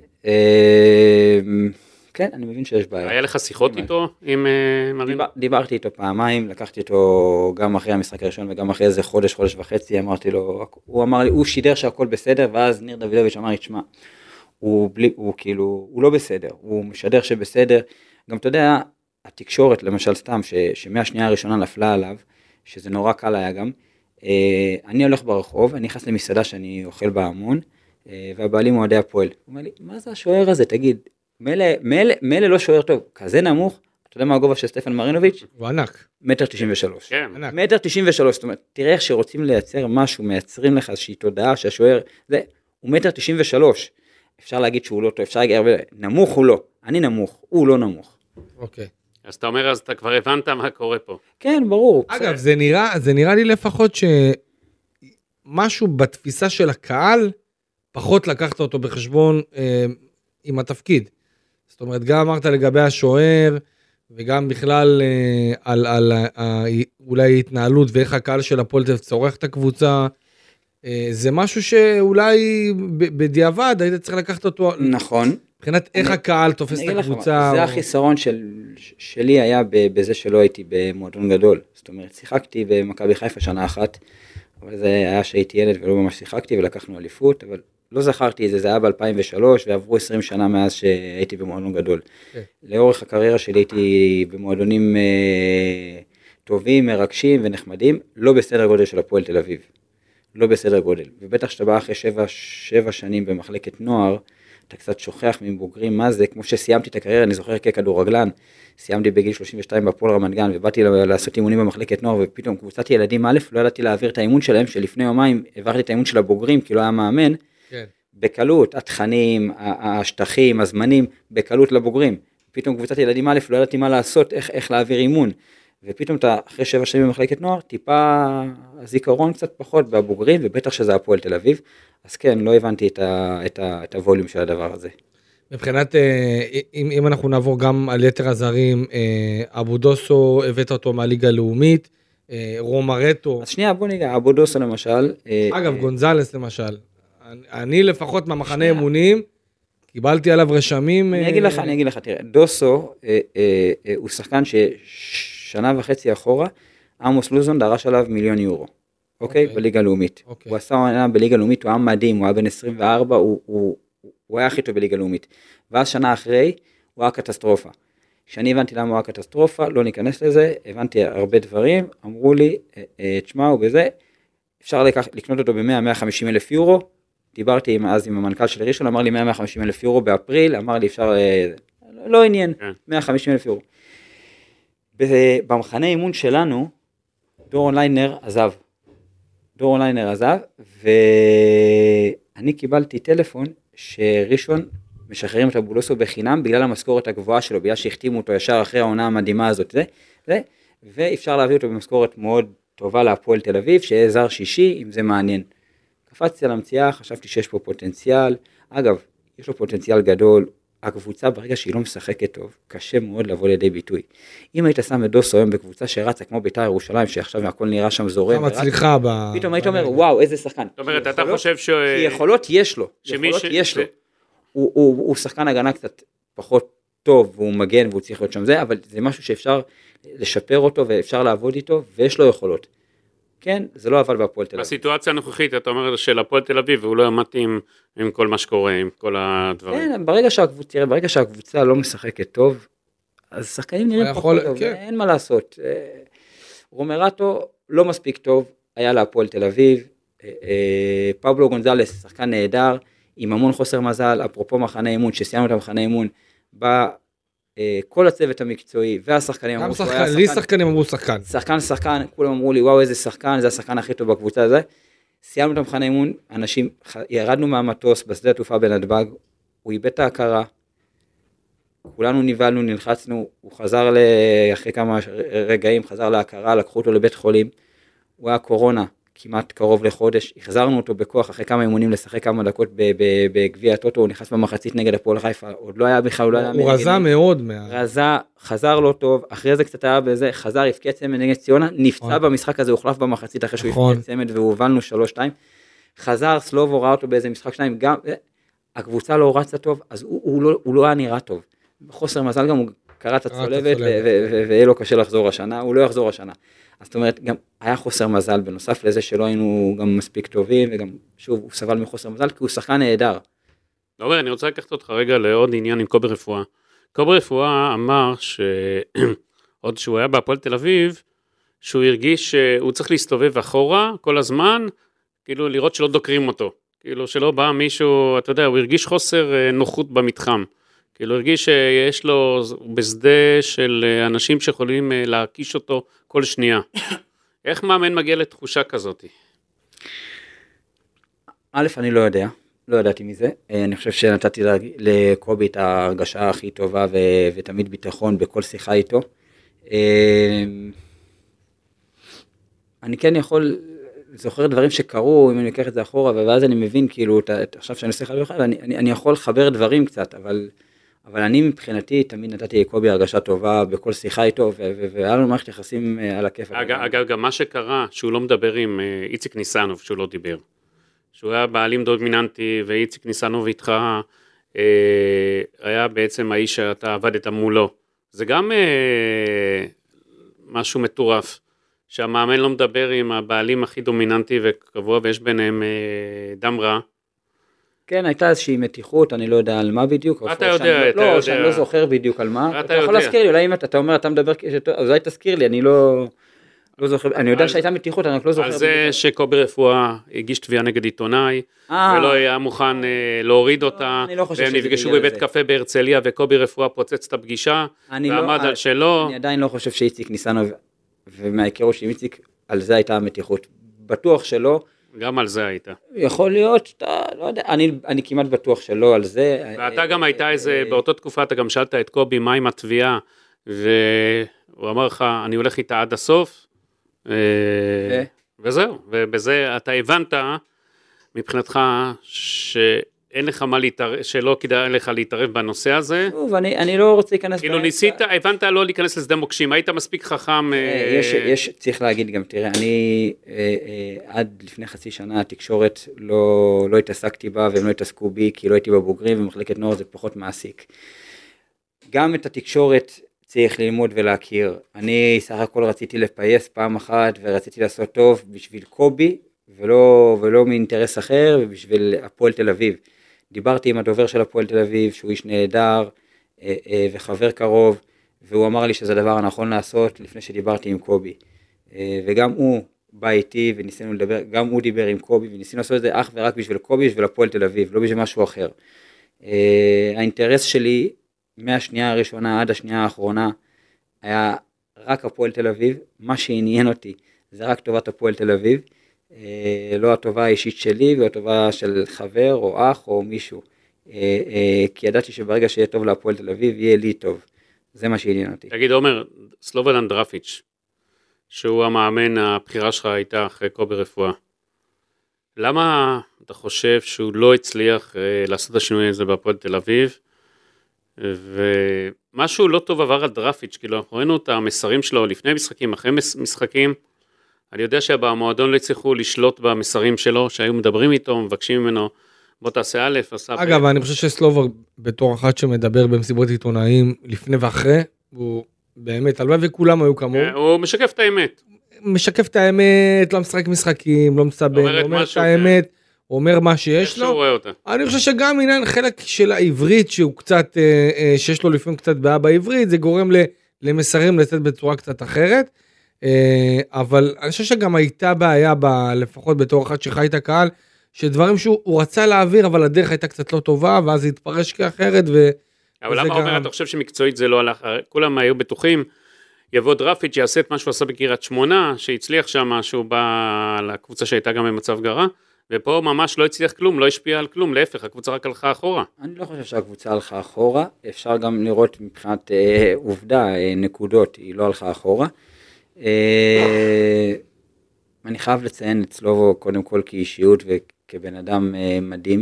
כן, אני מבין שיש בעיה. היה לך שיחות איתו עם מרין? דיברתי איתו פעמיים, לקחתי אותו גם אחרי המשחק הראשון וגם אחרי איזה חודש וחצי, אמרתי לו, הוא אמר לי, הוא שידר שהכל בסדר, ואז ניר דוידוביץ' אמר לי, תשמע, הוא כאילו, הוא לא בסדר, הוא משדר שבסדר, גם אתה יודע, התקשורת למשל סתם, שמהשנייה הראשונה נפלה עליו, שזה נורא קל היה גם, אני הולך ברחוב, אני נכנס למסעדה שאני אוכל בה המון, והבעלים אוהדי הפועל, הוא אומר לי, מה זה השוער הזה, תגיד, מלא לא שוער טוב, כזה נמוך, אתה יודע מה הגובה של סטפן מרינוביץ'? הוא ענק. 1.93 כן. 1.93, זאת אומרת, תראה איך שרוצים לייצר משהו, מייצרים לך איזושהי תודעה שהשוער, זה, הוא 1.93, אפשר להגיד שהוא לא טוב, אפשר להגיד, נמוך הוא לא, אני נמוך, הוא לא נמוך. אוקיי. אז אתה אומר, אז אתה כבר הבנת מה קורה פה. כן, ברור. אגב, זה נראה לי לפחות שמשהו בתפיסה של הקהל, פחות לקחת אותו בחשבון עם התפקיד. זאת אומרת, גם אמרת לגבי השוער, וגם בכלל על אולי התנהלות ואיך הקהל של הפועל תל אביב צורך את הקבוצה, זה משהו שאולי בדיעבד היית צריך לקחת אותו. נכון. מבחינת איך הקהל תופס את הקבוצה. זה החיסרון שלי היה בזה שלא הייתי במועדון גדול. זאת אומרת, שיחקתי במכבי חיפה שנה אחת, אבל זה היה שהייתי ילד ולא ממש שיחקתי ולקחנו אליפות, אבל לא זכרתי את זה, זה היה ב-2003 ועברו 20 שנה מאז שהייתי במועדון גדול. לאורך הקריירה שלי הייתי במועדונים טובים, מרגשים ונחמדים, לא בסדר גודל של הפועל תל אביב. לא בסדר גודל, ובטח שאתה בא אחרי 7 שנים במחלקת נוער, אתה קצת שוכח מבוגרים מה זה, כמו שסיימתי את הקריירה, אני זוכר ככדורגלן, סיימתי בגיל 32 בפועל רמת גן, ובאתי לעשות אימונים במחלקת נוער, ופתאום קבוצת ילדים א', לא ידעתי להעביר את האימון שלהם, שלפני יומיים העברתי את האימון של הבוגרים, כי לא היה מאמן, כן. בקלות, התכנים, השטחים, הזמנים, בקלות לבוגרים. פתאום קבוצת ילדים א', לא ידעתי מה לעשות, איך להעביר אימון. ופתאום אתה אחרי 7 שנים במחלקת נוער, טיפה הזיכרון קצת פחות בבוגרים, ובטח שזה הפועל תל אביב. אז כן, לא הבנתי את הווליום של הדבר הזה. מבחינת, אם אנחנו נעבור גם על יתר הזרים, אבו דוסו, הבאת אותו מהליגה הלאומית, רומרטו. אז שנייה, בוא ניגע, אבו דוסו למשל. אגב, גונזלס למשל. אני לפחות מהמחנה אמונים, קיבלתי עליו רשמים. אני אגיד לך, תראה, דוסו הוא שחקן ששנה וחצי אחורה, עמוס לוזון דרש עליו 1,000,000 יורו, אוקיי? בליגה הלאומית. הוא עשה עונה בליגה הלאומית, הוא היה מדהים, הוא היה בן 24, הוא היה הכי טוב בליגה הלאומית. ואז שנה אחרי, הוא היה קטסטרופה. כשאני הבנתי למה הוא היה קטסטרופה, לא ניכנס לזה, הבנתי הרבה דברים, אמרו לי, תשמעו בזה, אפשר לקנות אותו ב-100-150 אלף יורו, דיברתי אז עם המנכ"ל של ראשון, אמר לי 100-150 אלף יורו באפריל, אמר לי אפשר, לא עניין, 150 אלף יורו. במחנה אימון שלנו, דורון ליינר עזב, ואני קיבלתי טלפון שראשון משחררים את אבו דוסו בחינם, בגלל המשכורת הגבוהה שלו, בגלל שהחתימו אותו ישר אחרי העונה המדהימה הזאת, ואפשר להביא אותו במשכורת מאוד טובה להפועל תל אביב, שיהיה זר שישי, אם זה מעניין. קפצתי על המציאה, חשבתי שיש פה פוטנציאל, אגב, יש לו פוטנציאל גדול, הקבוצה ברגע שהיא לא משחקת טוב, קשה מאוד לבוא לידי ביטוי. אם היית שם את דוסו היום בקבוצה שרצה כמו בית"ר ירושלים, שעכשיו הכל נראה שם זורם, פתאום היית אומר, וואו, איזה שחקן. זאת אומרת, אתה חושב ש... כי יכולות יש לו, הוא שחקן הגנה קצת פחות טוב, והוא מגן והוא צריך להיות שם זה, אבל זה משהו שאפשר לשפר אותו ואפשר לעבוד איתו, ויש לו יכולות. כן, זה לא עבד בהפועל תל אביב. הסיטואציה הנוכחית, אתה אומר, של הפועל תל אביב, והוא לא מתאים עם כל מה שקורה, עם כל הדברים. כן, ברגע שהקבוצה לא משחקת טוב, אז שחקנים נראים פחות טוב, אין מה לעשות. רומרטו לא מספיק טוב, היה להפועל תל אביב, פאבלו גונזלס, שחקן נהדר, עם המון חוסר מזל, אפרופו מחנה אימון, שסיימנו את המחנה אימון, כל הצוות המקצועי והשחקנים אמרו, לי שחקנים אמרו שחקן, כולם אמרו לי, וואו איזה שחקן, זה השחקן הכי טוב בקבוצה הזה, סיימנו את המחנה אימון, אנשים, ירדנו מהמטוס בשדה התעופה בנתב"ג, הוא איבד את ההכרה, כולנו נבלנו, נלחצנו, הוא חזר אחרי כמה רגעים, חזר להכרה, לקחו אותו לבית חולים, הוא היה קורונה, כמעט קרוב לחודש, החזרנו אותו בכוח אחרי כמה אימונים לשחק כמה דקות בגביע הטוטו, הוא נכנס במחצית נגד הפועל חיפה, עוד לא היה בכלל, הוא רזה מאוד. חזר לא טוב, אחרי זה קצת היה בזה, חזר, הפקיע צמד נגד ציונה, נפצע במשחק הזה, הוחלף במחצית אחרי שהוא הפקיע צמד והובלנו 3-2, חזר, סלובו ראה אותו באיזה משחק 2, גם הקבוצה לא רצה טוב, אז הוא לא היה נראה טוב, בחוסר מזל גם הוא קרא את הצולבת, ויהיה לו קשה לחזור השנה, הוא לא יחזור השנה. אז זאת אומרת, גם היה חוסר מזל, בנוסף לזה שלא היינו גם מספיק טובים, וגם, שוב, הוא סבל מחוסר מזל, כי הוא שחקן נהדר. דובר, אני רוצה לקחת אותך רגע לעוד עניין עם קובי רפואה. קובי רפואה אמר שעוד שהוא היה בהפועל תל אביב, שהוא הרגיש שהוא צריך להסתובב אחורה כל הזמן, כאילו לראות שלא דוקרים אותו. כאילו שלא בא מישהו, אתה יודע, הוא הרגיש חוסר נוחות במתחם. כאילו הרגיש שיש לו בשדה של אנשים שיכולים להקיש אותו כל שנייה. איך מאמן מגיע לתחושה כזאת? א', אני לא ידעתי מזה. אני חושב שנתתי לקובי את ההרגשה הכי טובה ותמיד ביטחון בכל שיחה איתו. אני כן יכול זוכר דברים שקרו, אם אני לוקח את זה אחורה, ואז אני מבין, כאילו, עכשיו שאני עושה לך, אני יכול לחבר דברים קצת, אבל אני מבחינתי תמיד נתתי לקובי הרגשה טובה בכל שיחה איתו, והיה לנו מערכת יחסים על הכיף. אגב, גם מה שקרה, שהוא לא מדבר עם איציק ניסנוב, שהוא לא דיבר. שהוא היה בעלים דומיננטי, ואיציק ניסנוב איתך, היה בעצם האיש שאתה עבדת מולו. זה גם משהו מטורף, שהמאמן לא מדבר עם הבעלים הכי דומיננטי וקבוע, ויש ביניהם דם רע. כן, הייתה איזושהי מתיחות, אני לא יודע על מה בדיוק. אתה יודע, אתה יודע. שאני לא זוכר בדיוק על מה. אתה יכול להזכיר לי, אולי אם אתה אומר, אתה מדבר, אז אולי תזכיר לי, אני לא... לא זוכר, אני יודע שהייתה מתיחות, אני רק לא זוכר. על זה שקובי רפואה הגיש תביעה נגד עיתונאי, ולא היה מוכן להוריד אותה, והם נפגשו בבית קפה בהרצליה, וקובי רפואה פוצץ את הפגישה, ועמד על שלו. אני עדיין לא חושב שאיציק ניסנוב, ומההיכרות של איציק, על זה הייתה המתיחות. בטוח שלא. גם על זה הייתה. יכול להיות, לא יודע, אני כמעט בטוח שלא על זה. ואתה גם הייתה איזה, באותה תקופה אתה גם שאלת את קובי מה עם התביעה, והוא אמר לך, אני הולך איתה עד הסוף, וזהו, ובזה אתה הבנת מבחינתך שאין לך מה להתערב, שלא כדאי לך להתערב בנושא הזה. טוב, אני לא רוצה להיכנס... כאילו ניסית, הבנת לא להיכנס לשדה מוקשים, היית מספיק חכם... צריך להגיד גם, תראה, אני עד לפני חצי שנה התקשורת לא התעסקתי בה, והם לא התעסקו בי, כי לא הייתי בבוגרים, ומחלקת נוער זה פחות מעסיק. גם את התקשורת צריך ללמוד ולהכיר. אני סך הכל רציתי לפייס פעם אחת, ורציתי לעשות טוב בשביל קובי, ולא מאינטרס אחר, ובשביל הפועל תל אביב. דיברתי עם הדובר של הפועל תל אביב, שהוא איש נהדר, וחבר קרוב, והוא אמר לי שזה הדבר הנכון לעשות, לפני שדיברתי עם קובי. וגם הוא בא איתי, וניסינו לדבר, גם הוא דיבר עם קובי, וניסינו לעשות את זה אך ורק בשביל קובי, בשביל הפועל תל אביב, לא בשביל משהו אחר. האינטרס שלי, מהשנייה הראשונה עד השנייה האחרונה, היה רק הפועל תל אביב, מה שעניין אותי, זה רק טובת הפועל תל אביב, לא הטובה האישית שלי, והטובה של חבר או אח או מישהו, כי ידעתי שברגע שיהיה טוב להפועל תל אביב, יהיה לי טוב, זה מה שעניין אותי. תגיד עומר, סלובודן אנדרפיץ', שהוא המאמן, הבחירה שלך הייתה אחרי קובי רפואה, למה אתה חושב שהוא לא הצליח לעשות את השינוי הזה בהפועל תל אביב, ומשהו לא טוב עבר על דרפיץ', כאילו אנחנו ראינו את המסרים שלו לפני משחקים, אחרי משחקים, אני יודע שבמועדון לא הצליחו לשלוט במסרים שלו, שהיו מדברים איתו, מבקשים ממנו, בוא תעשה א', עשה ב'. אגב, אני חושב שסלובר בתור אחד שמדבר במסיבות עיתונאים לפני ואחרי, הוא באמת, הלוואי וכולם היו כמוהו. הוא משקף את האמת. משקף את האמת, לא משחק משחקים, לא מסבן, אומר את האמת, הוא אומר מה שיש לו. אני חושב שגם עניין חלק של העברית, שהוא קצת, שיש לו לפעמים קצת בעיה בעברית, זה גורם למסרים לצאת בצורה קצת אחרת, אבל אני חושב שגם הייתה בעיה, לפחות בתור אחד שחי את הקהל, שדברים שהוא רצה להעביר, אבל הדרך הייתה קצת לא טובה, ואז זה התפרש כאחרת, אבל למה אומר, אתה חושב שמקצועית זה לא הלך, כולם היו בטוחים, יבוא דרפיץ' שיעשה את מה שהוא עשה בקריית שמונה, שהצליח שם, שהוא בא לקבוצה שהייתה גם במצב גרוע, ופה ממש לא הצליח כלום, לא השפיע על כלום, להפך, הקבוצה רק הלכה אחורה. אני לא חושב שהקבוצה הלכה אחורה, אפשר גם לראות מבחינת עובדה, נקודות, היא לא הלכה אחורה. אני חייב לציין את סלובו קודם כל כאישיות וכבן אדם מדהים.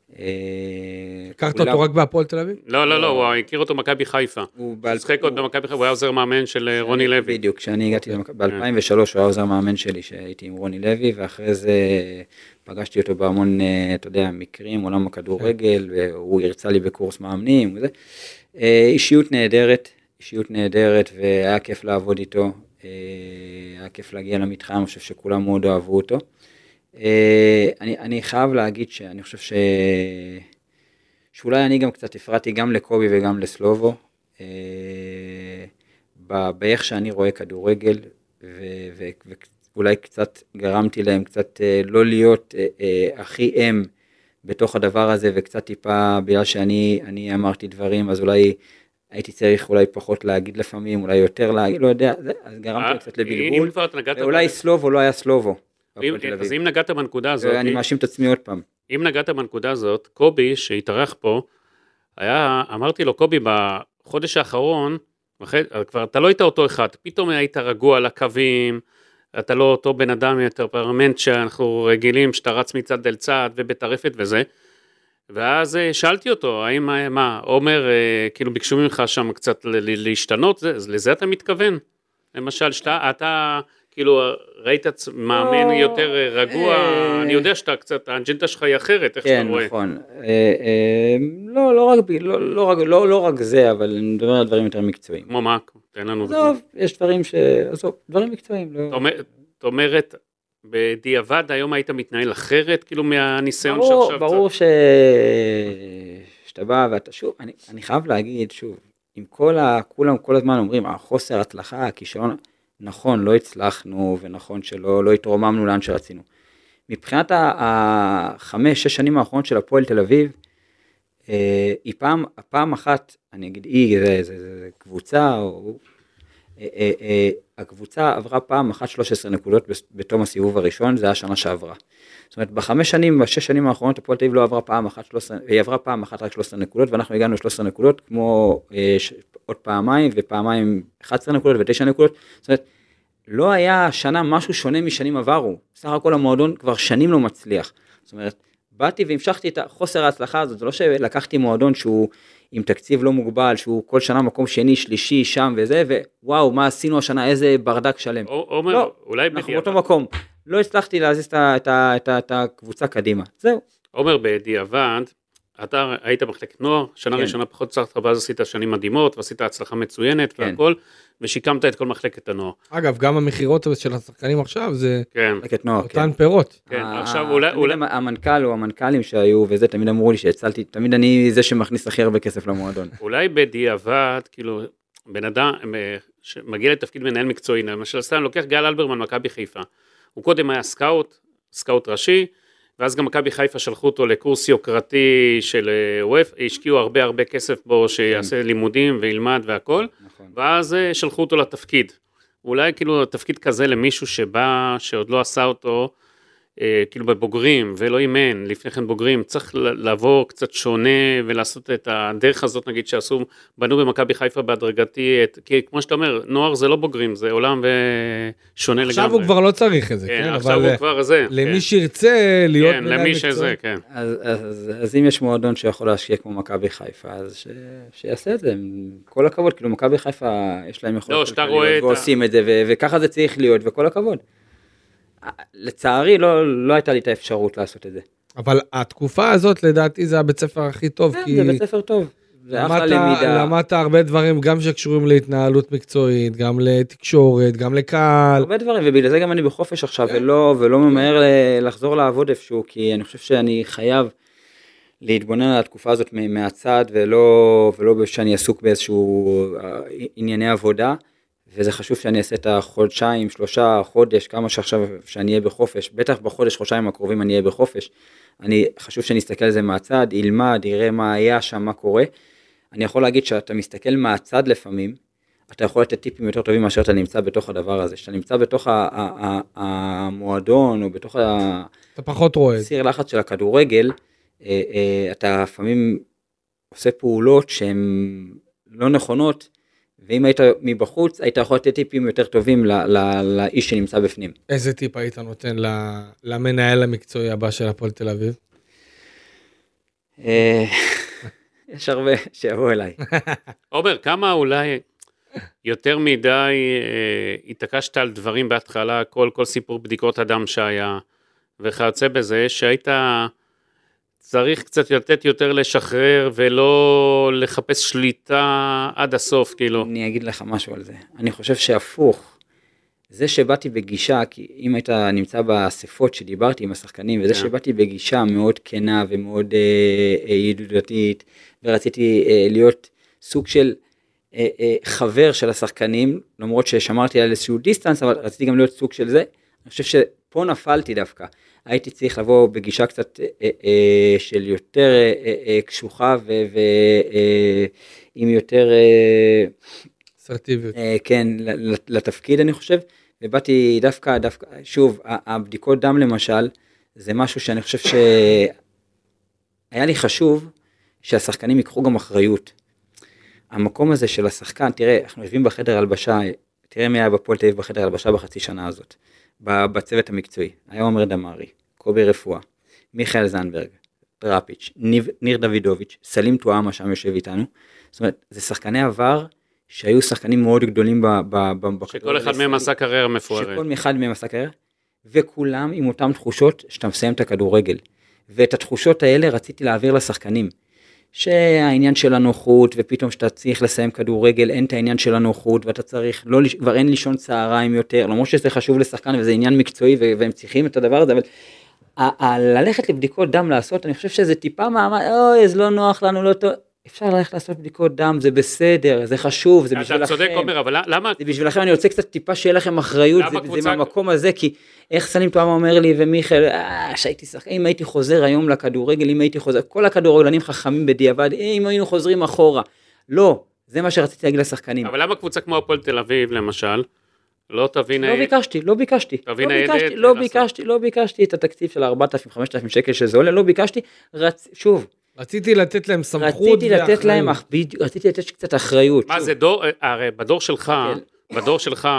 הכרת אותו רק בהפועל תל אביב? לא, הוא הכיר אותו מכבי חיפה. הוא שחק עוד במכבי חיפה, הוא היה עוזר מאמן של רוני לוי. בדיוק, כשאני הגעתי ב-2003 הוא היה עוזר מאמן שלי שהייתי עם רוני לוי, ואחרי זה פגשתי אותו בהמון, אתה יודע, מקרים, עולם הכדורגל, והוא הרצה לי בקורס מאמנים וזה. אישיות נהדרת, והיה כיף לעבוד איתו, היה כיף להגיע למתחם, אני חושב שכולם מאוד אהבו אותו. אני חייב להגיד שאני חושב שאולי אני גם קצת הפרעתי גם לקובי וגם לסלובו, באיך שאני רואה כדורגל, ואולי קצת גרמתי להם קצת לא להיות הכי הם בתוך הדבר הזה, וקצת טיפה בגלל שאני אמרתי דברים, אז אולי הייתי צריך אולי פחות להגיד לפעמים, אולי יותר להגיד, לא יודע, אז גרמתי קצת לבלבול, ואולי סלובו לא היה סלובו. אז אם נגעת בנקודה הזאת, אני מאשים את עצמי עוד פעם. אם נגעת בנקודה הזאת, קובי שהתארח פה, אמרתי לו, קובי, בחודש האחרון, כבר אתה לא היית אותו אחד, פתאום היית רגוע על הקווים, אתה לא אותו בן אדם יותר פרמנט שאנחנו רגילים, שאתה רץ מצד אל צד ובטרפת וזה, ואז שאלתי אותו, האם, עומר, כאילו ביקשו ממך שם קצת להשתנות, לזה אתה מתכוון? למשל, אתה כאילו ראית מאמן יותר רגוע, אני יודע שאתה קצת, האג'נדה שלך היא אחרת, איך שאתה רואה. כן, נכון. לא רק זה, אבל אני מדבר על דברים יותר מקצועיים. כמו מה? תן לנו. עזוב, יש דברים דברים מקצועיים. זאת אומרת, בדיעבד היום היית מתנהל אחרת, כאילו מהניסיון שעכשיו... ברור שאתה בא ואתה שוב, אני חייב להגיד שוב, עם כולם כל הזמן אומרים, החוסר הצלחה, הכישרון, נכון, לא הצלחנו, ונכון שלא התרוממנו לאן שרצינו. מבחינת ה5-6 שנים האחרונות של הפועל תל אביב, היא פעם אחת, אני אגיד, זה קבוצה, הקבוצה עברה פעם אחת 13 נקודות בתום הסיבוב הראשון, זה היה השנה שעברה. זאת אומרת, ב6 שנים האחרונות, הפועל תל אביב לא עברה פעם אחת 13, היא עברה פעם אחת רק 13 נקודות, ואנחנו הגענו ל13 נקודות, כמו עוד פעמיים, ופעמיים 11 נקודות ו9 נקודות. זאת אומרת, לא היה שנה משהו שונה משנים עברו. סך הכל המועדון כבר שנים לא מצליח. זאת אומרת, באתי והמשכתי את חוסר ההצלחה הזאת, זה לא שלקחתי מועדון שהוא עם תקציב לא מוגבל, שהוא כל שנה מקום שני, שלישי, שם וזה, ווואו, מה עשינו השנה, איזה ברדק שלם. עומר, לא, אולי אנחנו באותו מקום. לא הצלחתי להזיז את הקבוצה קדימה. זהו. עומר, בדיעבד, אתה היית מחלקת נוער, שנה ראשונה פחות צלחת, ואז עשית שנים מדהימות, ועשית הצלחה מצוינת והכל, ושיקמת את כל מחלקת הנוער. אגב, גם המחירות של השחקנים עכשיו זה מחלקת נוער, אותן פירות. כן, עכשיו אולי... המנכ"ל או המנכ"לים שהיו, וזה תמיד אמרו לי שהצלתי, תמיד אני זה שמכניס הכי הרבה כסף למועדון. אולי בדיעבד, כאילו, בן אדם שמגיע לתפקיד מנהל מקצועי, למשל סתם לוקח גל אלברמן מכבי חיפה, הוא קודם היה סקאוט ראשי, ואז גם מכבי חיפה שלחו אותו לקורס יוקרתי של וואף, השקיעו הרבה כסף בו שיעשה לימודים וילמד והכל, ואז שלחו אותו לתפקיד. אולי כאילו תפקיד כזה למישהו שבא, שעוד לא עשה אותו, כאילו בבוגרים ולא אימן, לפני כן בוגרים, צריך לעבור קצת שונה ולעשות את הדרך הזאת, נגיד שעשו, בנו במכבי חיפה בהדרגתי, כי כמו שאתה אומר, נוער זה לא בוגרים, זה עולם ושונה לגמרי. עכשיו הוא כבר לא צריך את זה, כן? עכשיו הוא כבר זה. למי שירצה להיות מנהל מקצועי. כן. אז אם יש מועדון שיכול להשקיע כמו מכבי חיפה, אז שיעשה את זה, כל הכבוד, כאילו מכבי חיפה יש להם יכולת כלכליות, ועושים את זה, וככה זה צריך להיות, וכל הכבוד. לצערי לא הייתה לי את האפשרות לעשות את זה. אבל התקופה הזאת לדעתי זה הבית ספר הכי טוב. זה בית ספר טוב. זה אחלה למידה. למדת הרבה דברים גם שקשורים להתנהלות מקצועית, גם לתקשורת, גם לקהל. הרבה דברים, ובגלל זה גם אני בחופש עכשיו, ולא ממהר לחזור לעבוד איפשהו, כי אני חושב שאני חייב להתבונן על התקופה הזאת מהצד, ולא שאני עסוק באיזשהו ענייני עבודה. וזה חשוב שאני אעשה את החודשיים, 3 חודש, כמה שעכשיו שאני אהיה בחופש, בטח בחודש, חודשיים הקרובים אני אהיה בחופש, חשוב שאני אסתכל על זה מהצד, ילמד, יראה מה היה שם, מה קורה. אני יכול להגיד שאתה מסתכל מהצד לפעמים, אתה יכול לתת טיפים יותר טובים מאשר אתה נמצא בתוך הדבר הזה, שאתה נמצא בתוך המועדון, או בתוך אתה פחות רואה. סיר לחץ של הכדורגל, אתה לפעמים עושה פעולות שהן לא נכונות, ואם היית מבחוץ, היית יכול לתת טיפים יותר טובים לאיש שנמצא בפנים. איזה טיפ היית נותן למנהל המקצועי הבא של הפועל תל אביב? יש הרבה שיבואו אליי. עומר, כמה אולי יותר מדי התעקשת על דברים בהתחלה, כל סיפור בדיקות אדם שהיה, וכיוצא בזה שהיית צריך קצת לתת יותר לשחרר, ולא לחפש שליטה עד הסוף, כאילו. אני אגיד לך משהו על זה. אני חושב שהפוך, זה שבאתי בגישה, כי אם היית נמצא באספות שדיברתי עם השחקנים, וזה שבאתי בגישה מאוד כנה ומאוד ידידותית, ורציתי להיות סוג של חבר של השחקנים, למרות ששמרתי על איזשהו דיסטנס, אבל רציתי גם להיות סוג של זה. אני חושב שפה נפלתי דווקא. הייתי צריך לבוא בגישה קצת של יותר קשוחה ועם יותר אסרטיביות. כן, לתפקיד אני חושב, ובאתי דווקא, שוב, הבדיקות דם למשל, זה משהו שאני חושב שהיה לי חשוב שהשחקנים ייקחו גם אחריות. המקום הזה של השחקן, תראה, אנחנו יושבים בחדר הלבשה, תראה מי היה בפועל תל אביב בחדר הלבשה בחצי שנה הזאת. בצוות המקצועי, היה עומר דמרי, קובי רפואה, מיכאל זנברג, טראפיץ', ניר דוידוביץ', סלים טועמה שם יושב איתנו, זאת אומרת, זה שחקני עבר שהיו שחקנים מאוד גדולים שכל אחד מהם עשה קריירה מפוארת. שכל אחד מהם עשה קריירה, וכולם עם אותם תחושות שאתה מסיים את הכדורגל, ואת התחושות האלה רציתי להעביר לשחקנים, שהעניין של הנוחות, ופתאום שאתה צריך לסיים כדורגל, אין את העניין של הנוחות, ואתה צריך, כבר אין לישון צהריים יותר, למרות שזה חשוב לשחקן, וזה עניין מקצועי, והם צריכים את הדבר הזה, אבל ללכת לבדיקות דם לעשות, אני חושב שזה טיפה מעמד, אוי, זה לא נוח לנו, לא טוב, אפשר ללכת לעשות בדיקות דם, זה בסדר, זה חשוב, זה בשבילכם. אתה צודק, עומר, אבל למה? זה בשבילכם, אני רוצה קצת טיפה שיהיה לכם אחריות, זה מהמקום הזה, כי איך סלים תואמה אומר לי, ומיכאל, שהייתי שחקן, אם הייתי חוזר היום לכדורגל, אם הייתי חוזר, כל הכדורגלנים חכמים בדיעבד, אם היינו חוזרים אחורה. לא, זה מה שרציתי להגיד לשחקנים. אבל למה קבוצה כמו הפועל תל אביב, למשל, לא תבין... לא ביקשתי את התקציב של 4,000-5,000 שקל שזה עולה, לא ביקשתי, שוב. רציתי לתת להם סמכות רציתי לתת קצת אחריות. מה זה דור, הרי בדור שלך,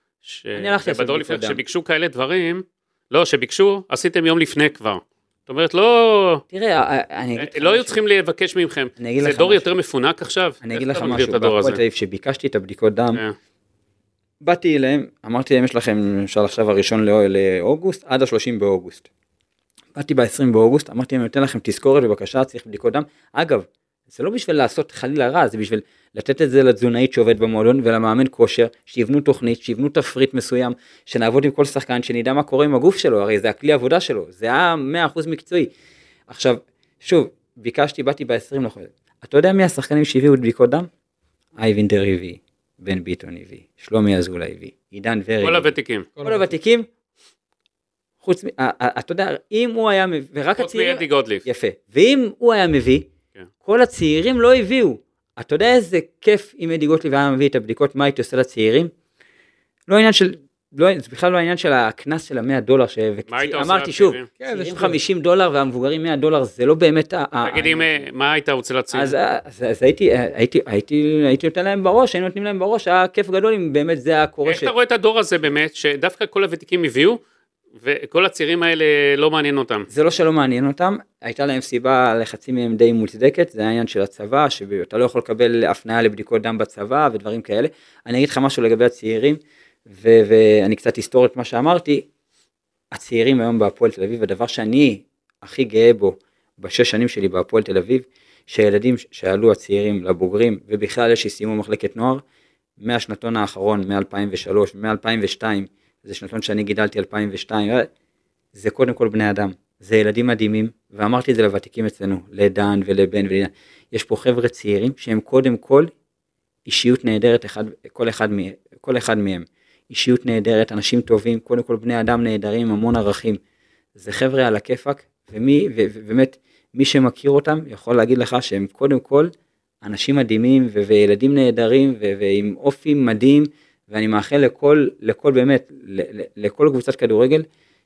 שביקשו כאלה דברים, לא, שביקשו, עשיתם יום לפני כבר. זאת אומרת, לא... תראה, לא היו צריכים לבקש ממכם. זה דור יותר מפונק עכשיו? אני אגיד לך משהו, בהפועל תל אביב, שביקשתי את הבדיקות דם, באתי אליהם, אמרתי להם, יש לכם, למשל עכשיו הראשון לאוגוסט, עד ה-30 באוגוסט. באתי ב-20 באוגוסט, אמרתי להם, נותן לכם תזכורת בבקשה, צריך בדיקות דם. אגב, זה לא בשביל לעשות חלילה רע, זה בשביל לתת את זה לתזונאית שעובד במועדון ולמאמן כושר, שיבנו תוכנית, שיבנו תפריט מסוים, שנעבוד עם כל שחקן, שנדע מה קורה עם הגוף שלו, הרי זה הכלי עבודה שלו, זה היה 100% מקצועי. עכשיו, שוב, באתי ב-20 לחודש. אתה יודע מי השחקנים שהביאו את בדיקות דם? אייבינדר הביא, בן ביטון הביא, שלומי אזולאי הביא, עידן ורי. כל הוותיקים. חוץ, אתה יודע, אם הוא היה מביא, ורק הצעירים, חוץ מאדי גודליף. יפה, ואם הוא היה מביא, כל הצעירים לא הביאו. אתה יודע איזה כיף אם אדי גוטליב היה מביא את הבדיקות, מה הייתי עושה לצעירים? לא עניין של, זה בכלל לא העניין של הכנס של $100, אמרתי שוב, $50 והמבוגרים $100, זה לא באמת... תגידי, מה היית רוצה לצעירים? אז הייתי נותן להם בראש, היינו נותנים להם בראש, היה כיף גדול אם באמת זה היה קורה. איך אתה רואה את הדור הזה באמת, שדווקא כל הוותיקים הביאו, וכל הצעירים האלה לא מעניין אותם? זה לא שלא מעניין אותם, הייתה להם סיבה לחצי מהם די מוצדקת, זה העניין של הצבא, שאתה לא יכול לקבל הפניה לבדיקות דם בצבא ודברים כאלה. אני אגיד לך משהו לגבי הצעירים, ואני קצת היסטורי את מה שאמרתי, הצעירים היום בהפועל תל אביב, הדבר שאני הכי גאה בו, בשש שנים שלי בהפועל תל אביב, שהילדים שעלו הצעירים לבוגרים, ובכלל שסיימו מחלקת נוער, מהשנתון האחרון, מ-2003, מ-2002, זה שנתון שאני גידלתי 2002, זה קודם כל בני אדם, זה ילדים מדהימים, ואמרתי את זה לוותיקים אצלנו, לדן ולבן ולדן, יש פה חבר'ה צעירים שהם קודם כל אישיות נהדרת, כל אחד מהם, אישיות נהדרת, אנשים טובים, קודם כל בני אדם נהדרים, המון ערכים, זה חבר'ה על הכיפק, ובאמת מי שמכיר אותם יכול להגיד לך שהם קודם כל אנשים מדהימים וילדים נהדרים ועם אופי מדהים, ואני מאחל לכל באמת, לכל קבוצת כדורגל,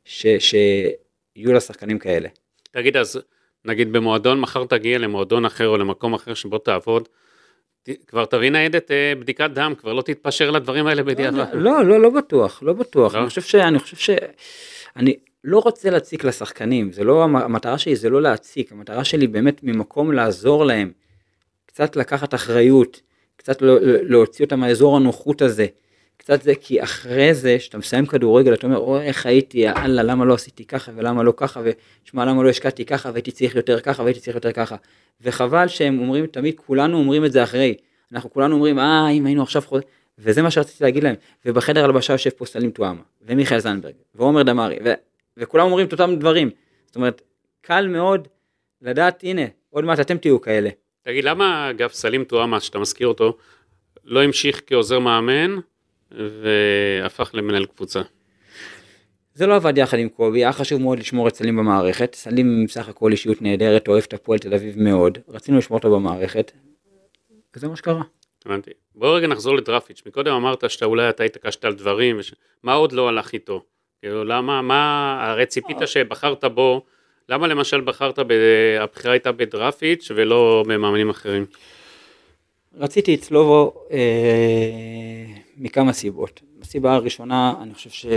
שיהיו לה שחקנים כאלה. תגיד, אז נגיד במועדון, מחר תגיע למועדון אחר או למקום אחר שבו תעבוד, כבר תביא ניידת בדיקת דם, כבר לא תתפשר לדברים האלה בדיעבד. לא בטוח. אני חושב שאני לא רוצה להציק לשחקנים, זה לא, המטרה שלי זה לא להציק, המטרה שלי באמת ממקום לעזור להם, קצת לקחת אחריות, קצת להוציא אותם מהאזור הנוחות הזה, קצת זה, כי אחרי זה, שאתה מסיים כדורגל, אתה אומר, איך הייתי, אללה, למה לא עשיתי ככה, ולמה לא ככה, ושמע, למה לא השקעתי ככה, והייתי צריך יותר ככה, והייתי צריך יותר ככה. וחבל שהם אומרים, תמיד כולנו אומרים את זה אחרי. אנחנו כולנו אומרים, אם היינו עכשיו חוזרים, וזה מה שרציתי להגיד להם. ובחדר הלבשה יושב פה סלים תואמה, ומיכאל זנדברג, ועומר דמארי, וכולם אומרים את אותם דברים. זאת אומרת, קל מאוד לדעת, הנה, עוד מעט אתם תהיו כאלה. תגיד, למה אגב סלים תואמה, שאתה מזכיר אותו, לא המשיך כעוזר מאמן, והפך למנהל קבוצה? זה לא עבד יחד עם קובי, היה חשוב מאוד לשמור את סלים במערכת, סלים בסך הכל אישיות נהדרת, אוהב את הפועל תל אביב מאוד, רצינו לשמור אותו במערכת, וזה מה שקרה. הבנתי. בואו רגע נחזור לדרפיץ', מקודם אמרת שאתה אולי אתה התעקשת על דברים, מה עוד לא הלך איתו? למה, הרי ציפית שבחרת בו, למה למשל בחרת, הבחירה הייתה בדרפיץ' ולא במאמנים אחרים? רציתי את סלובו מכמה סיבות. הסיבה הראשונה, אני חושב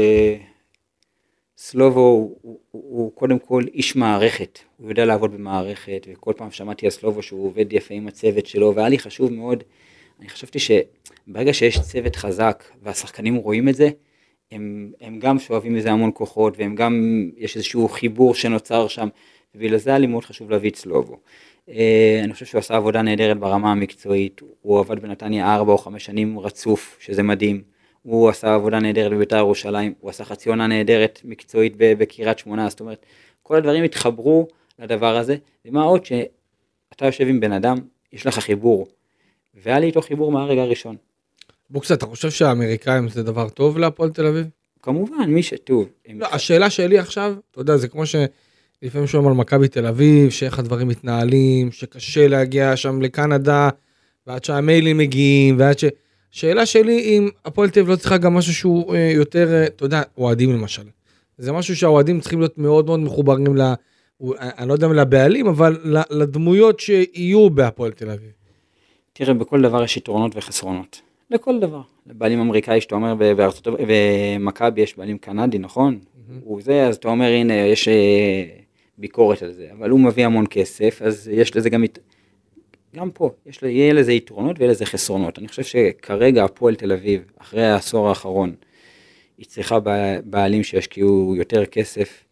שסלובו הוא קודם כל איש מערכת, הוא יודע לעבוד במערכת, וכל פעם שמעתי על סלובו שהוא עובד יפה עם הצוות שלו, והיה לי חשוב מאוד, אני חשבתי שברגע שיש צוות חזק, והשחקנים רואים את זה, הם גם שואבים מזה המון כוחות, והם גם, יש איזשהו חיבור שנוצר שם, ובגלל זה היה לי מאוד חשוב להביא את סלובו. אני חושב שהוא עשה עבודה נהדרת ברמה המקצועית, הוא עבד בנתניה 4 או 5 שנים רצוף, שזה מדהים, הוא עשה עבודה נהדרת בבית"ר ירושלים, הוא עשה חצי עונה נהדרת מקצועית בקריית שמונה, זאת אומרת, כל הדברים התחברו לדבר הזה, ומה עוד שאתה יושב עם בן אדם, יש לך חיבור, והיה לי איתו חיבור מהרגע הראשון. בוקס, אתה חושב שהאמריקאים זה דבר טוב להפועל תל אביב? כמובן, מי שטוב. לא, השאלה שלי עכשיו, אתה יודע, זה כמו שלפעמים שומעים על מכבי תל אביב, שאיך הדברים מתנהלים, שקשה להגיע שם לקנדה, ועד שהמיילים מגיעים, ועד ש... שאלה שלי אם הפועל תל אביב לא צריכה גם משהו שהוא יותר, אתה יודע, אוהדים למשל. זה משהו שהאוהדים צריכים להיות מאוד מאוד מחוברים אני לא יודע אם לבעלים, אבל לדמויות שיהיו בהפועל תל אביב. תראה, בכל דבר יש יתרונות וחסרונות. לכל דבר. לבעלים אמריקאי שאתה אומר בארצות הברית, ומכבי יש בעלים קנדי, נכון? הוא זה, אז אתה אומר, הנה, יש ביקורת על זה, אבל הוא מביא המון כסף, אז יש לזה גם פה, יהיה לזה יתרונות ויהיה לזה חסרונות. אני חושב שכרגע הפועל תל אביב, אחרי העשור האחרון, היא צריכה בעלים שישקיעו יותר כסף,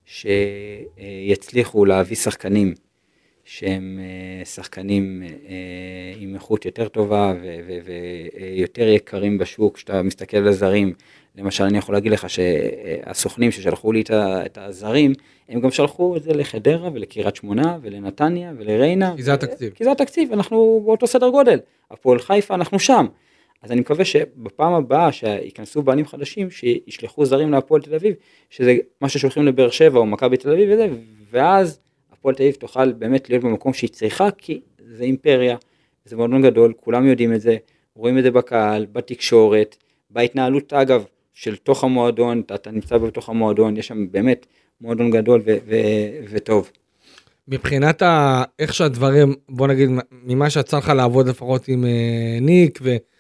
שיצליחו להביא שחקנים, שהם שחקנים עם איכות יותר טובה ויותר יקרים בשוק. כשאתה מסתכל על הזרים, למשל אני יכול להגיד לך שהסוכנים ששלחו לי את הזרים, הם גם שלחו את זה לחדרה ולקריית שמונה ולנתניה ולריינה. כי זה התקציב. כי זה התקציב, אנחנו באותו סדר גודל. הפועל חיפה, אנחנו שם. אז אני מקווה שבפעם הבאה שיכנסו בעלים חדשים, שישלחו זרים להפועל תל אביב, שזה מה ששולחים לבאר שבע או מכבי תל אביב וזה, ואז הפועל תל אביב תוכל באמת להיות במקום שהיא צריכה, כי זה אימפריה, זה מועדון גדול, כולם יודעים את זה, רואים את זה בקהל, בתקשורת, בהתנהלות אגב של תוך המועדון, אתה נמצא בתוך המועדון, יש שם באמת מועדון גדול וטוב. מבחינת איך שהדברים, בוא נגיד, ממה שיצא לך לעבוד לפחות עם ניק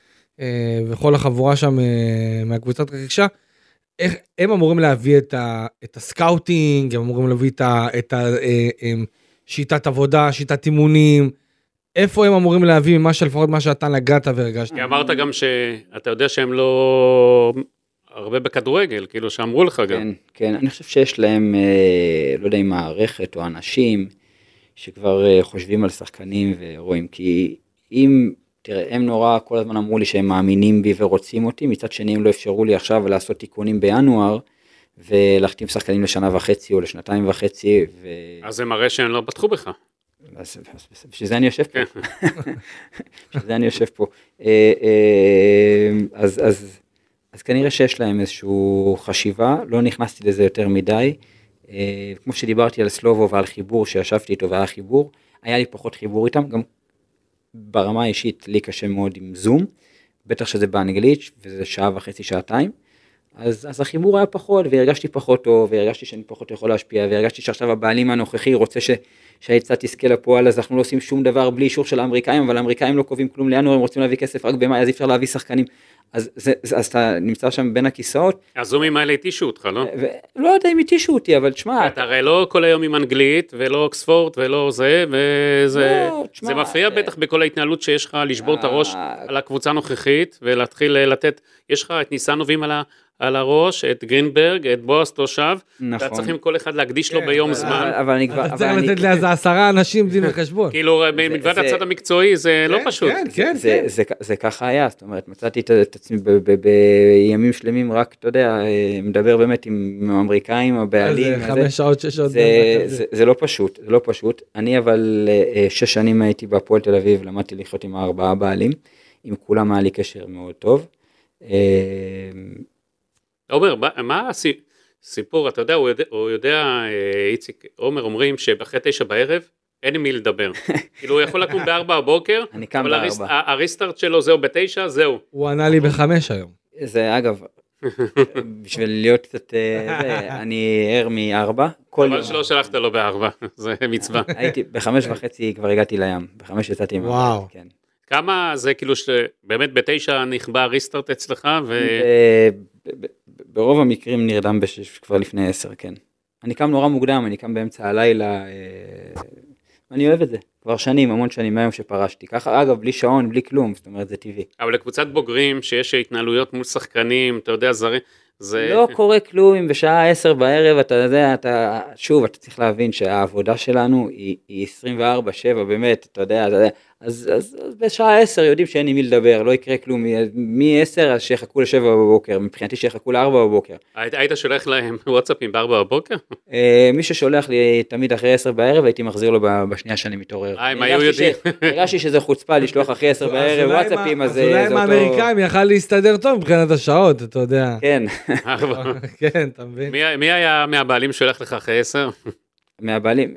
וכל החבורה שם מהקבוצת רכישה, איך הם אמורים להביא את הסקאוטינג, הם אמורים להביא את שיטת עבודה, שיטת אימונים, איפה הם אמורים להביא ממה שלפחות מה שאתה נגעת והרגשת? כי אמרת גם שאתה יודע שהם לא הרבה בכדורגל, כאילו שאמרו לך גם. כן, כן, אני חושב שיש להם, לא יודע אם מערכת או אנשים, שכבר חושבים על שחקנים ורואים, כי אם, תראה, הם נורא כל הזמן אמרו לי שהם מאמינים בי ורוצים אותי, מצד שני הם לא אפשרו לי עכשיו לעשות תיקונים בינואר, ולהחתים שחקנים לשנה וחצי או לשנתיים וחצי. אז זה מראה שהם לא בטחו בך. בשביל זה אני יושב פה. בשביל זה אני יושב פה. אז כנראה שיש להם איזושהי חשיבה, לא נכנסתי לזה יותר מדי, כמו שדיברתי על סלובו ועל חיבור שישבתי איתו והיה חיבור, היה לי פחות חיבור איתם, גם ברמה האישית לי קשה מאוד עם זום, בטח שזה באנגלית וזה שעה וחצי, שעתיים, אז החיבור היה פחות והרגשתי פחות טוב, והרגשתי שאני פחות יכול להשפיע, והרגשתי שעכשיו הבעלים הנוכחי רוצה שהיצע תזכה לפועל, אז אנחנו לא עושים שום דבר בלי אישור של האמריקאים, אבל האמריקאים לא קובעים כלום לינואר, הם רוצים להביא כסף רק במאי, אז אי אפשר להביא שחקנים, אז אתה נמצא שם בין הכיסאות. הזומים האלה התישו אותך, לא? לא יודע אם התישו אותי, אבל תשמע. אתה הרי לא כל היום עם אנגלית, ולא אוקספורד, ולא זה, זה מפריע בטח בכל ההתנהלות שיש לך, לשבור את הראש על הקבוצה הנוכחית, ולהתחיל לתת, יש לך את ניסנובים על הראש, את גרינברג, את בועז תושב, אתה צריכים כל אחד להקדיש לו ביום זמן. אבל אני כבר... צריך לתת לאיזה 10 אנשים דין וחשבון. כאילו, מלבד הצד המקצועי, זה לא פשוט. כן. זה ככה היה, זאת אומרת, מצאתי את עצמי בימים שלמים, רק, אתה יודע, מדבר באמת עם האמריקאים, הבעלים. 5 שעות, 6 שעות. זה לא פשוט, זה לא פשוט. אני אבל 6 שנים הייתי בהפועל תל אביב, למדתי לחיות עם 4 בעלים, עם כולם היה לי קשר מאוד טוב. עומר, מה הסיפור? אתה יודע, הוא יודע, איציק, עומר אומרים שבאחרי 9 בערב אין עם מי לדבר. כאילו הוא יכול לקום ב4 בבוקר, אבל הריסטארט שלו זהו ב9, זהו. הוא ענה לי ב5 היום. זה אגב, בשביל להיות קצת, אני ער מ4. אבל שלא שלחת לו ב4, זה מצווה. הייתי ב5:30 כבר הגעתי לים, ב5 יצאתי עם וואו. כן. כמה זה כאילו שבאמת ב9 נכבה הריסטארט אצלך ברוב המקרים נרדם ב6 כבר לפני 10, כן. אני קם נורא מוקדם, אני קם באמצע הלילה, אני אוהב את זה. כבר שנים, המון שנים מהיום שפרשתי. ככה, אגב, בלי שעון, בלי כלום, זאת אומרת, זה טבעי. אבל לקבוצת בוגרים שיש התנהלויות מול שחקנים, אתה יודע, זה... לא קורה כלום אם בשעה 10 בערב, אתה יודע, שוב, אתה צריך להבין שהעבודה שלנו היא 24/7, באמת, אתה יודע, אז בשעה 10 יודעים שאין עם מי לדבר, לא יקרה כלום, מ-10 אז שיחכו ל-7 בבוקר, מבחינתי שיחכו ל-4 בבוקר. היית שולח להם וואטסאפים ב-4 בבוקר? מי ששולח לי תמיד אחרי 10 בערב, הייתי מחזיר לו בשנייה שאני מתעורר. הם היו יודעים. הרגשתי שזה חוצפה לשלוח אחרי 10 בערב וואטסאפים, אז אולי עם האמריקאים יכל להסתדר טוב מבחינת השעות, אתה יודע. כן. כן, אתה מבין. מי היה מהבעלים שולח לך אחרי 10? מהבעלים,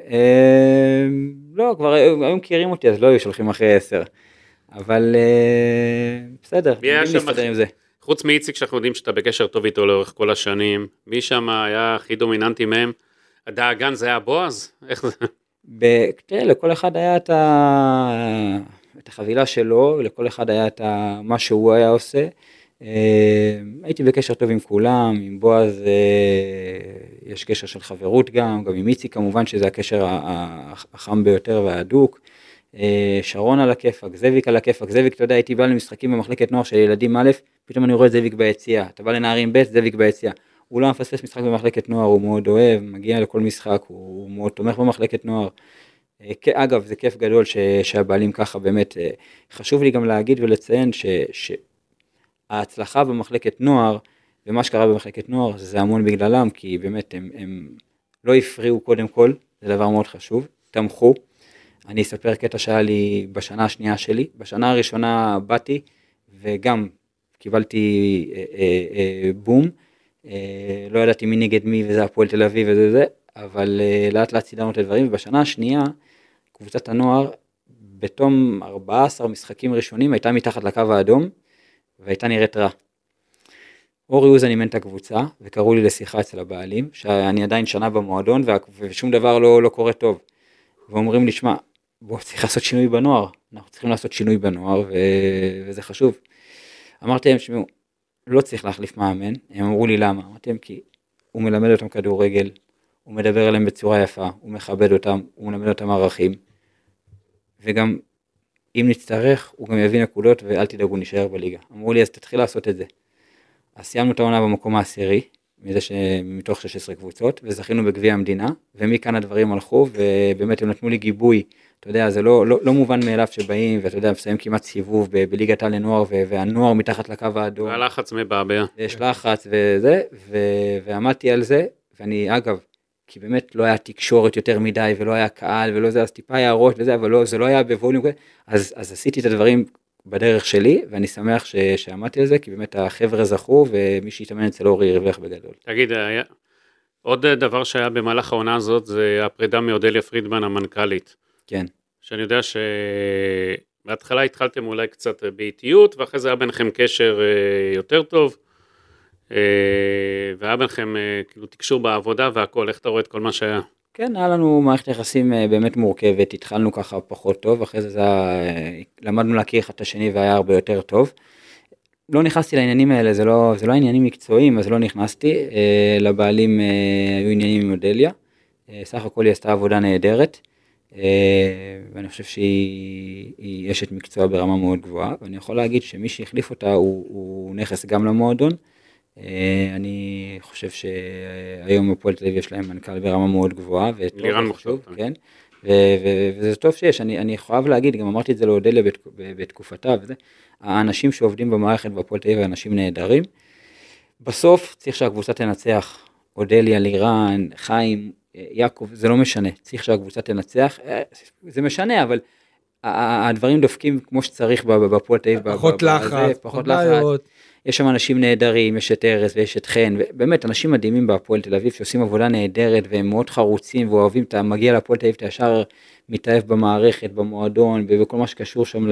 לא, כבר היו מכירים אותי, אז לא היו שולחים אחרי 10, אבל בסדר, יודעים להסתדר עם זה. חוץ מאיציק שאנחנו יודעים שאתה בקשר טוב איתו לאורך כל השנים, מי שם היה הכי דומיננטי מהם? הדאגן זה היה בועז? איך זה? תראה, לכל אחד היה את החבילה שלו, לכל אחד היה את מה שהוא היה עושה, הייתי בקשר טוב עם כולם, עם בועז יש קשר של חברות גם עם איציק כמובן שזה הקשר החם ביותר וההדוק, שרון על הכיפק, זאביק על הכיפק, זאביק אתה יודע הייתי בא למשחקים במחלקת נוער של ילדים א', פתאום אני רואה את זאביק ביציאה, אתה בא לנערים ב', זאביק ביציאה, הוא לא מפספס משחק במחלקת נוער, הוא מאוד אוהב, מגיע לכל משחק, הוא מאוד תומך במחלקת נוער, אגב זה כיף גדול שהבעלים ככה באמת, חשוב לי גם להגיד ולציין ההצלחה במחלקת נוער, ומה שקרה במחלקת נוער, זה המון בגללם, כי באמת הם לא הפריעו קודם כל, זה דבר מאוד חשוב, תמכו. אני אספר קטע שהיה לי בשנה השנייה שלי, בשנה הראשונה באתי, וגם קיבלתי בום, לא ידעתי מי נגד מי, וזה הפועל תל אביב וזה זה, אבל לאט לאט סידרנו את הדברים, ובשנה השנייה, קבוצת הנוער, בתום 14 משחקים ראשונים, הייתה מתחת לקו האדום, והייתה נראית רע. אורי אוזן אימן את הקבוצה, וקראו לי לשיחה אצל הבעלים, שאני עדיין שנה במועדון, ושום דבר לא קורה טוב. ואומרים לי, שמע, בוא צריך לעשות שינוי בנוער, אנחנו צריכים לעשות שינוי בנוער, וזה חשוב. אמרתי להם, שמעו, לא צריך להחליף מאמן, הם אמרו לי למה, אמרתי להם, כי הוא מלמד אותם כדורגל, הוא מדבר עליהם בצורה יפה, הוא מכבד אותם, הוא מלמד אותם ערכים, וגם אם נצטרך, הוא גם יביא נקודות, ואל תדאגו, נשאר בליגה. אמרו לי, אז תתחיל לעשות את זה. אז סיימנו את העונה במקום העשירי, מתוך 16 קבוצות, וזכינו בגביע המדינה, ומכאן הדברים הלכו, ובאמת הם נתנו לי גיבוי, אתה יודע, זה לא מובן מאליו שבאים, ואתה יודע, מסיים כמעט סיבוב בליגת העל לנוער, והנוער מתחת לקו האדום. והלחץ מבעבע. יש לחץ וזה, ועמדתי על זה, ואני אגב, כי באמת לא היה תקשורת יותר מדי, ולא היה קהל, ולא זה, אז טיפה היה ראש וזה, אבל זה לא היה בווליום כזה, אז עשיתי את הדברים בדרך שלי, ואני שמח שעמדתי על זה, כי באמת החבר'ה זכו, ומי שהתאמן אצל אורי הרוויח בגדול. תגיד, עוד דבר שהיה במהלך העונה הזאת, זה הפרידה מאודליה פרידמן המנכ"לית. כן. שאני יודע שבהתחלה התחלתם אולי קצת באיטיות, ואחרי זה היה ביניכם קשר יותר טוב, והיה ביניכם כאילו תקשור בעבודה והכל, איך אתה רואה את כל מה שהיה? כן, היה לנו מערכת יחסים באמת מורכבת, התחלנו ככה פחות טוב, אחרי זה למדנו להכיר אחד את השני והיה הרבה יותר טוב. לא נכנסתי לעניינים האלה, זה לא עניינים מקצועיים, אז לא נכנסתי, לבעלים היו עניינים עם אודליה, סך הכל היא עשתה עבודה נהדרת, ואני חושב שהיא אשת מקצוע ברמה מאוד גבוהה, ואני יכול להגיד שמי שהחליף אותה הוא נכס גם למועדון, אני חושב שהיום הפועל תל אביב יש להם מנכ"ל ברמה מאוד גבוהה, לירן מוחשוב, כן, וזה טוב שיש, אני חייב להגיד, גם אמרתי את זה לאודליה בתקופתה, האנשים שעובדים במערכת בפועל תל אביב, האנשים נהדרים, בסוף צריך שהקבוצה תנצח, אודליה, לירן, חיים, יעקב, זה לא משנה, צריך שהקבוצה תנצח, זה משנה, אבל הדברים דופקים כמו שצריך בפועל תל אביב, פחות לחץ, פחות בעיות. יש שם אנשים נהדרים, יש את ארז ויש את חן, ובאמת אנשים מדהימים בהפועל תל אביב שעושים עבודה נהדרת והם מאוד חרוצים ואוהבים, אתה מגיע להפועל תל אביב, אתה ישר מתאהב במערכת, במועדון, ובכל מה שקשור שם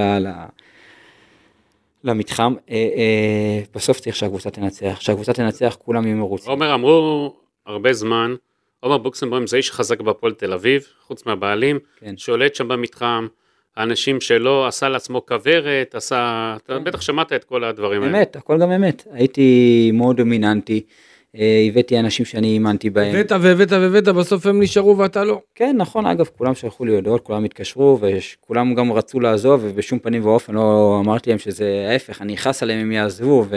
למתחם, בסוף צריך שהקבוצה תנצח, שהקבוצה תנצח כולם יהיו מרוצים. עומר אמרו הרבה זמן, עומר בוקסנבוים זה איש חזק בהפועל תל אביב, חוץ מהבעלים, כן. שולט שם במתחם, האנשים שלו עשה לעצמו כברת, עשה, אתה בטח שמעת את כל הדברים האלה. אמת, הכל גם אמת, הייתי מאוד דומיננטי, הבאתי אנשים שאני אימנתי בהם. הבאת, בסוף הם נשארו ואתה לא. כן, נכון, אגב, כולם שלחו לי הודעות, כולם התקשרו, וכולם גם רצו לעזוב, ובשום פנים ואופן לא אמרתי להם שזה ההפך, אני אכעס עליהם אם יעזבו,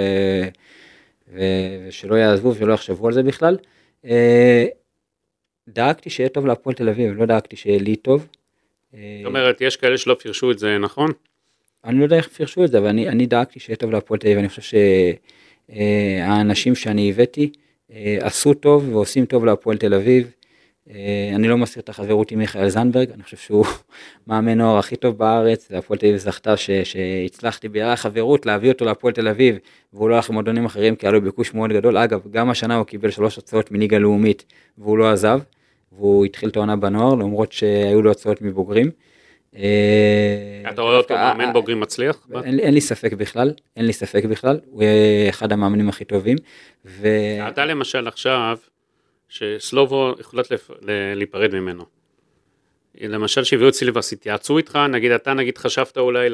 ושלא יעזבו, ושלא יחשבו על זה בכלל. דאגתי שיהיה טוב להפועל תל אביב, לא דאגתי שיהיה לי טוב, זאת אומרת, יש כאלה שלא פירשו את זה, נכון? אני לא יודע איך פירשו את זה, אבל אני דאגתי שיהיה טוב להפועל תל אביב, אני חושב שהאנשים שאני הבאתי עשו טוב ועושים טוב להפועל תל אביב. אני לא מסיר את החברות עם מיכאל זנברג, אני חושב שהוא מאמן נוער הכי טוב בארץ, והפועל תל אביב זכתה שהצלחתי בגלל החברות להביא אותו להפועל תל אביב, והוא לא הלך למועדונים אחרים כי היה לו ביקוש מאוד גדול. אגב, גם השנה הוא קיבל 3 הצעות מליגה לאומית, והוא לא עזב, והוא התחיל את העונה בנוער, למרות שהיו לו הצעות מבוגרים. אתה רואה אותו מאמן בוגרים מצליח? אין לי ספק בכלל, הוא אחד המאמנים הכי טובים. אתה למשל עכשיו, שסלובו יחולט להיפרד ממנו. למשל שהביאו את סילבס, התייעצו איתך, נגיד אתה חשבת אולי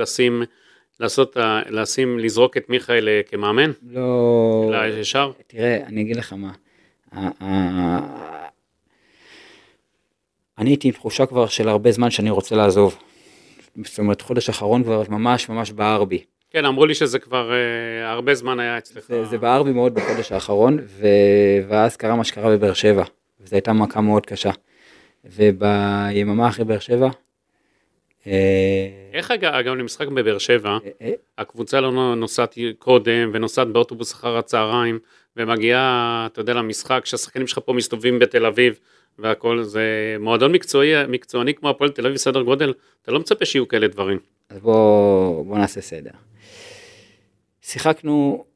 לזרוק את מיכאל כמאמן? לא. ישר? תראה, אני אגיד לך מה. אני הייתי עם תחושה כבר של הרבה זמן שאני רוצה לעזוב. זאת אומרת, חודש האחרון כבר ממש בער בי. כן, אמרו לי שזה כבר הרבה זמן היה אצלך. זה בער בי מאוד בחודש האחרון, ואז קרה מה שקרה בבאר שבע. וזו הייתה מכה מאוד קשה. וביממה אחרי באר שבע... איך אגב למשחק בבאר שבע, הקבוצה לא נוסעת קודם, ונוסעת באוטובוס אחר הצהריים, ומגיעה, אתה יודע, למשחק, שהשחקנים שלך פה מסתובבים בתל אביב, והכל זה מועדון מקצועני כמו הפועל תל אביב, סדר גודל, אתה לא מצפה שיהיו כאלה דברים. אז בוא נעשה סדר. שיחקנו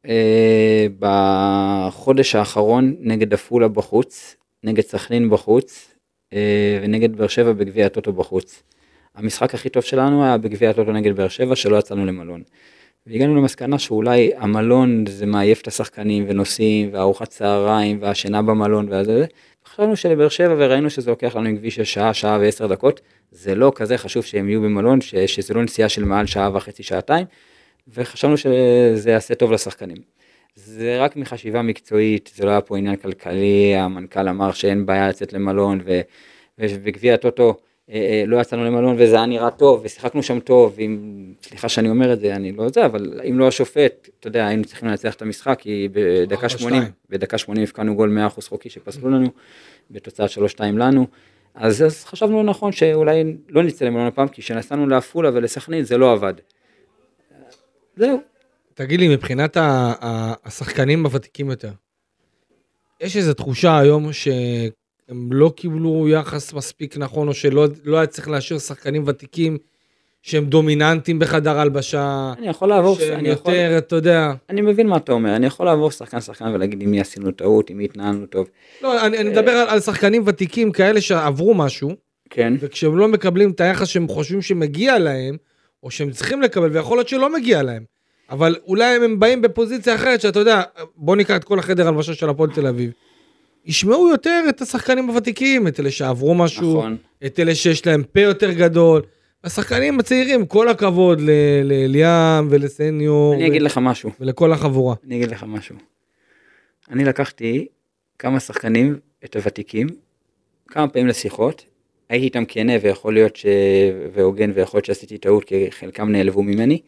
בחודש האחרון נגד עפולה בחוץ, נגד סכנין בחוץ, ונגד באר שבע בגביע הטוטו בחוץ. המשחק הכי טוב שלנו היה בגביע הטוטו נגד באר שבע, שלא יצאנו למלון. והגענו למסקנה שאולי המלון זה מעייף את השחקנים ונוסעים, והארוחת צהריים, והשינה במלון וזה. חשבנו שלבאר שבע וראינו שזה לוקח לנו עם כביש של שעה ו10 דקות, זה לא כזה חשוב שהם יהיו במלון, שזה לא נסיעה של מעל שעה וחצי, שעתיים, וחשבנו שזה יעשה טוב לשחקנים. זה רק מחשיבה מקצועית, זה לא היה פה עניין כלכלי, המנכ"ל אמר שאין בעיה לצאת למלון, ובגביע הטוטו לא יצאנו למלון, וזה היה נראה טוב, ושיחקנו שם טוב, סליחה שאני אומר את זה, אני לא יודע, אבל אם לא השופט, אתה יודע, היינו צריכים לנצח את המשחק, כי בדקה 80 הפקענו גול 100% חוקי שפסלו לנו, בתוצאת 3-2 לנו, אז חשבנו נכון שאולי לא נצא למלון הפעם, כי כשנסענו לעפולה ולסכנין זה לא עבד. זהו. תגיד לי, מבחינת השחקנים הוותיקים יותר, יש איזו תחושה היום שהם לא קיבלו יחס מספיק נכון, או שלא היה צריך להשאיר שחקנים ותיקים שהם דומיננטים בחדר הלבשה, אני יכול לעבור, שהם יותר, אתה יודע. אני מבין מה אתה אומר, אני יכול לעבור שחקן ולהגיד עם מי עשינו טעות, עם מי התנהלנו טוב. לא, אני מדבר על שחקנים ותיקים כאלה שעברו משהו, כן. וכשהם לא מקבלים את היחס שהם חושבים שמגיע להם, או שהם צריכים לקבל, ויכול להיות שלא מגיע להם. אבל אולי הם באים בפוזיציה אחרת, שאתה יודע, בוא נקרא את כל החדר הלבשה של הפועל תל אביב. ישמעו יותר את השחקנים הוותיקים, את אלה שעברו משהו, נכון. את אלה שיש להם פה יותר גדול. השחקנים הצעירים, כל הכבוד לאליאם ולסניור. אני אגיד לך משהו. ולכל החבורה. אני אגיד לך משהו. אני לקחתי כמה שחקנים, את הוותיקים, כמה פעמים לשיחות, הייתי איתם כנה ויכול להיות והוגן ויכול להיות שעשיתי טעות, כי חלקם נעלבו ממני.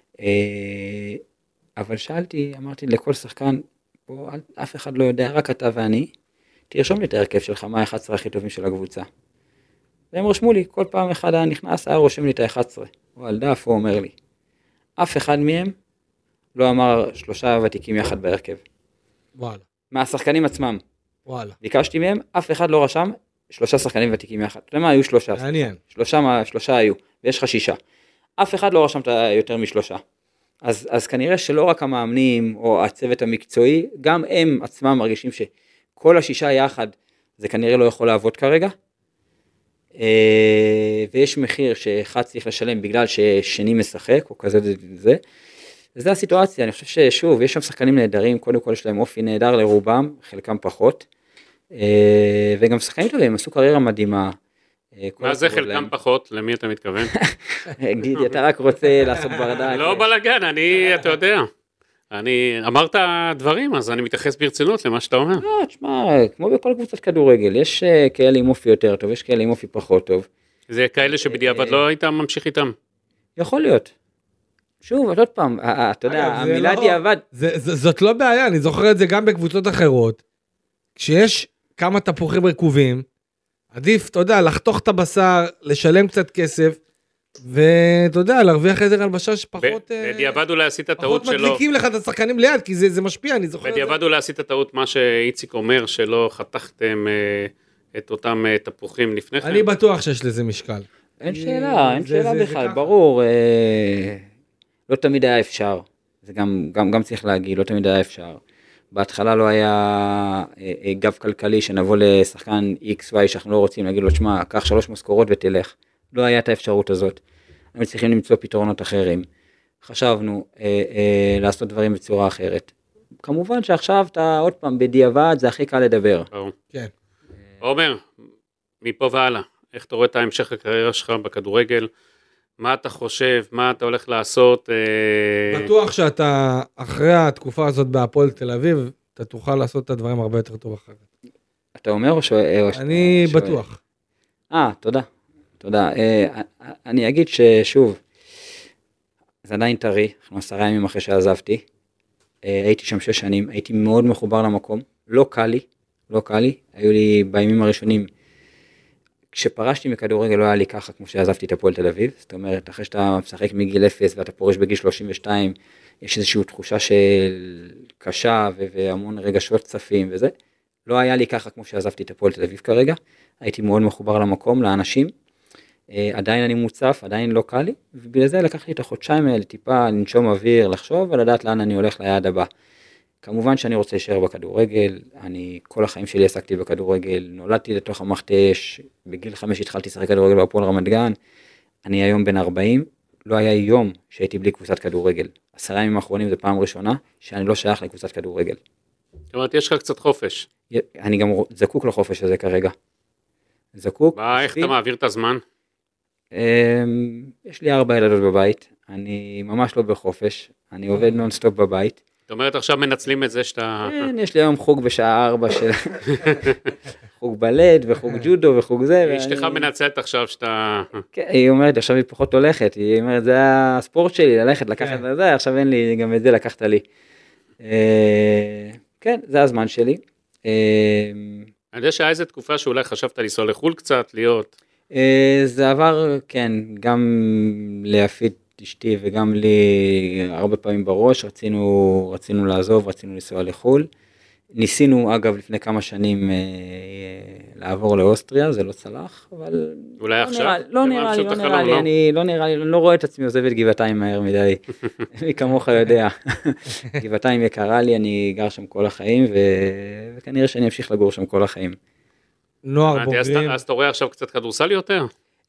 אבל שאלתי, אמרתי לכל שחקן, פה אף אחד לא יודע, רק אתה ואני, תרשום לי את ההרכב שלך, מה ה-11 הכי טובים של הקבוצה. והם רשמו לי, כל פעם אחד היה נכנס, היה רושם לי את ה-11, או על דף, הוא אומר לי. אף אחד מהם לא אמר 3 ותיקים יחד בהרכב. וואלה. מהשחקנים עצמם. וואלה. ביקשתי מהם, אף אחד לא רשם 3 שחקנים ותיקים יחד. אתה יודע מה, היו 3. מעניין. 3 היו, ויש לך 6. אף אחד לא רשם יותר מ3. אז כנראה שלא רק המאמנים או הצוות המקצועי, גם הם עצמם מרגישים שכל 6 יחד, זה כנראה לא יכול לעבוד כרגע. ויש מחיר שאחד צריך לשלם בגלל ששני משחק, או כזה זה. וזו הסיטואציה, אני חושב ששוב, יש שם שחקנים נהדרים, קודם כל יש להם אופי נהדר לרובם, חלקם פחות. וגם שחקנים טובים, הם עשו קריירה מדהימה. מה זה חלקם פחות? למי אתה מתכוון? גידי, אתה רק רוצה לעשות ברדק. לא בלגן, אתה יודע. אמרת דברים, אז אני מתייחס ברצינות למה שאתה אומר. לא, תשמע, כמו בכל קבוצת כדורגל, יש כאלה עם אופי יותר טוב, יש כאלה עם אופי פחות טוב. זה כאלה שבדיעבד לא היית ממשיך איתם? יכול להיות. שוב, עוד פעם, אתה יודע, המילה דיעבד. זאת לא בעיה, אני זוכר את זה גם בקבוצות אחרות. כשיש כמה תפוחים רקובים, עדיף, אתה יודע, לחתוך את הבשר, לשלם קצת כסף, ואתה יודע, להרוויח איזה הלבשה שפחות... בדיעבד אולי עשית את הטעות פחות שלו. מדליקים לך את השחקנים ליד, כי זה משפיע, אני זוכר. בדיעבד אולי עשית את הטעות, מה שאיציק אומר, שלא חתכתם את אותם תפוחים לפני כן. אני בטוח שיש לזה משקל. אין שאלה בכלל, ברור. לא תמיד היה אפשר. זה גם צריך להגיד, לא תמיד היה אפשר. בהתחלה לא היה גב כלכלי שנבוא לשחקן XY שאנחנו לא רוצים להגיד לו, שמה, קח 3 משכורות ותלך. לא היה את האפשרות הזאת. אנחנו צריכים למצוא פתרונות אחרים. חשבנו לעשות דברים בצורה אחרת. כמובן שעכשיו אתה עוד פעם בדיעבד, זה הכי קל לדבר. כן. עומר, מפה והלאה, איך אתה רואה את ההמשך הקריירה שלך בכדורגל? מה אתה חושב? מה אתה הולך לעשות? בטוח שאתה, אחרי התקופה הזאת בהפועל תל אביב, אתה תוכל לעשות את הדברים הרבה יותר טוב אחרת. אתה אומר או שואל? אני בטוח. תודה. אני אגיד ששוב, זה עדיין טרי, אנחנו 10 ימים אחרי שעזבתי, הייתי שם 6 שנים, הייתי מאוד מחובר למקום, לא קל לי, היו לי בימים הראשונים, כשפרשתי מכדורגל לא היה לי ככה כמו שעזבתי את הפועל תל אביב, זאת אומרת, אחרי שאתה משחק מגיל 0 ואתה פורש בגיל 32, יש איזושהי תחושה של קשה והמון רגשות צפים וזה, לא היה לי ככה כמו שעזבתי את הפועל תל אביב כרגע, הייתי מאוד מחובר למקום, לאנשים, עדיין אני מוצף, עדיין לא קל לי, ובגלל זה לקח לי את החודשיים האלה, טיפה לנשום אוויר, לחשוב ולדעת לאן אני הולך ליעד הבא. כמובן שאני רוצה להישאר בכדורגל, אני כל החיים שלי עסקתי בכדורגל, נולדתי לתוך המכתש, בגיל 5 התחלתי לשחק כדורגל בהפועל רמת גן, אני היום בן 40, לא היה יום שהייתי בלי קבוצת כדורגל. 10 ימים האחרונים זה פעם ראשונה שאני לא שייך לקבוצת כדורגל. זאת אומרת, יש לך קצת חופש. אני גם זקוק לחופש הזה כרגע. זקוק. איך אתה מעביר את הזמן? יש לי 4 ילדות בבית, אני ממש לא בחופש, אני עובד נונסטופ בבית. זאת אומרת, עכשיו מנצלים את זה שאתה... כן, יש לי היום חוג בשעה 4 של... חוג בלט וחוג ג'ודו וחוג זה. אשתך מנצלת עכשיו שאתה... כן, היא אומרת, עכשיו היא פחות הולכת, היא אומרת, זה הספורט שלי, ללכת, לקחת את זה, עכשיו אין לי, גם את זה לקחת לי. כן, זה הזמן שלי. אני יודע שהיה איזו תקופה שאולי חשבת לנסוע לחול קצת, להיות... זה עבר, כן, גם ליפית אשתי וגם לי הרבה פעמים בראש, רצינו לעזוב, רצינו לנסוע לחול. ניסינו אגב לפני כמה שנים לעבור לאוסטריה, זה לא צלח, אבל... אולי עכשיו? לא נראה לי, אני לא רואה את עצמי עוזב את גבעתיים מהר מדי, מי כמוך יודע. גבעתיים יקרה לי, אני גר שם כל החיים, וכנראה שאני אמשיך לגור שם כל החיים. נוער בוגרים. אז אתה רואה עכשיו קצת כדורסל יותר?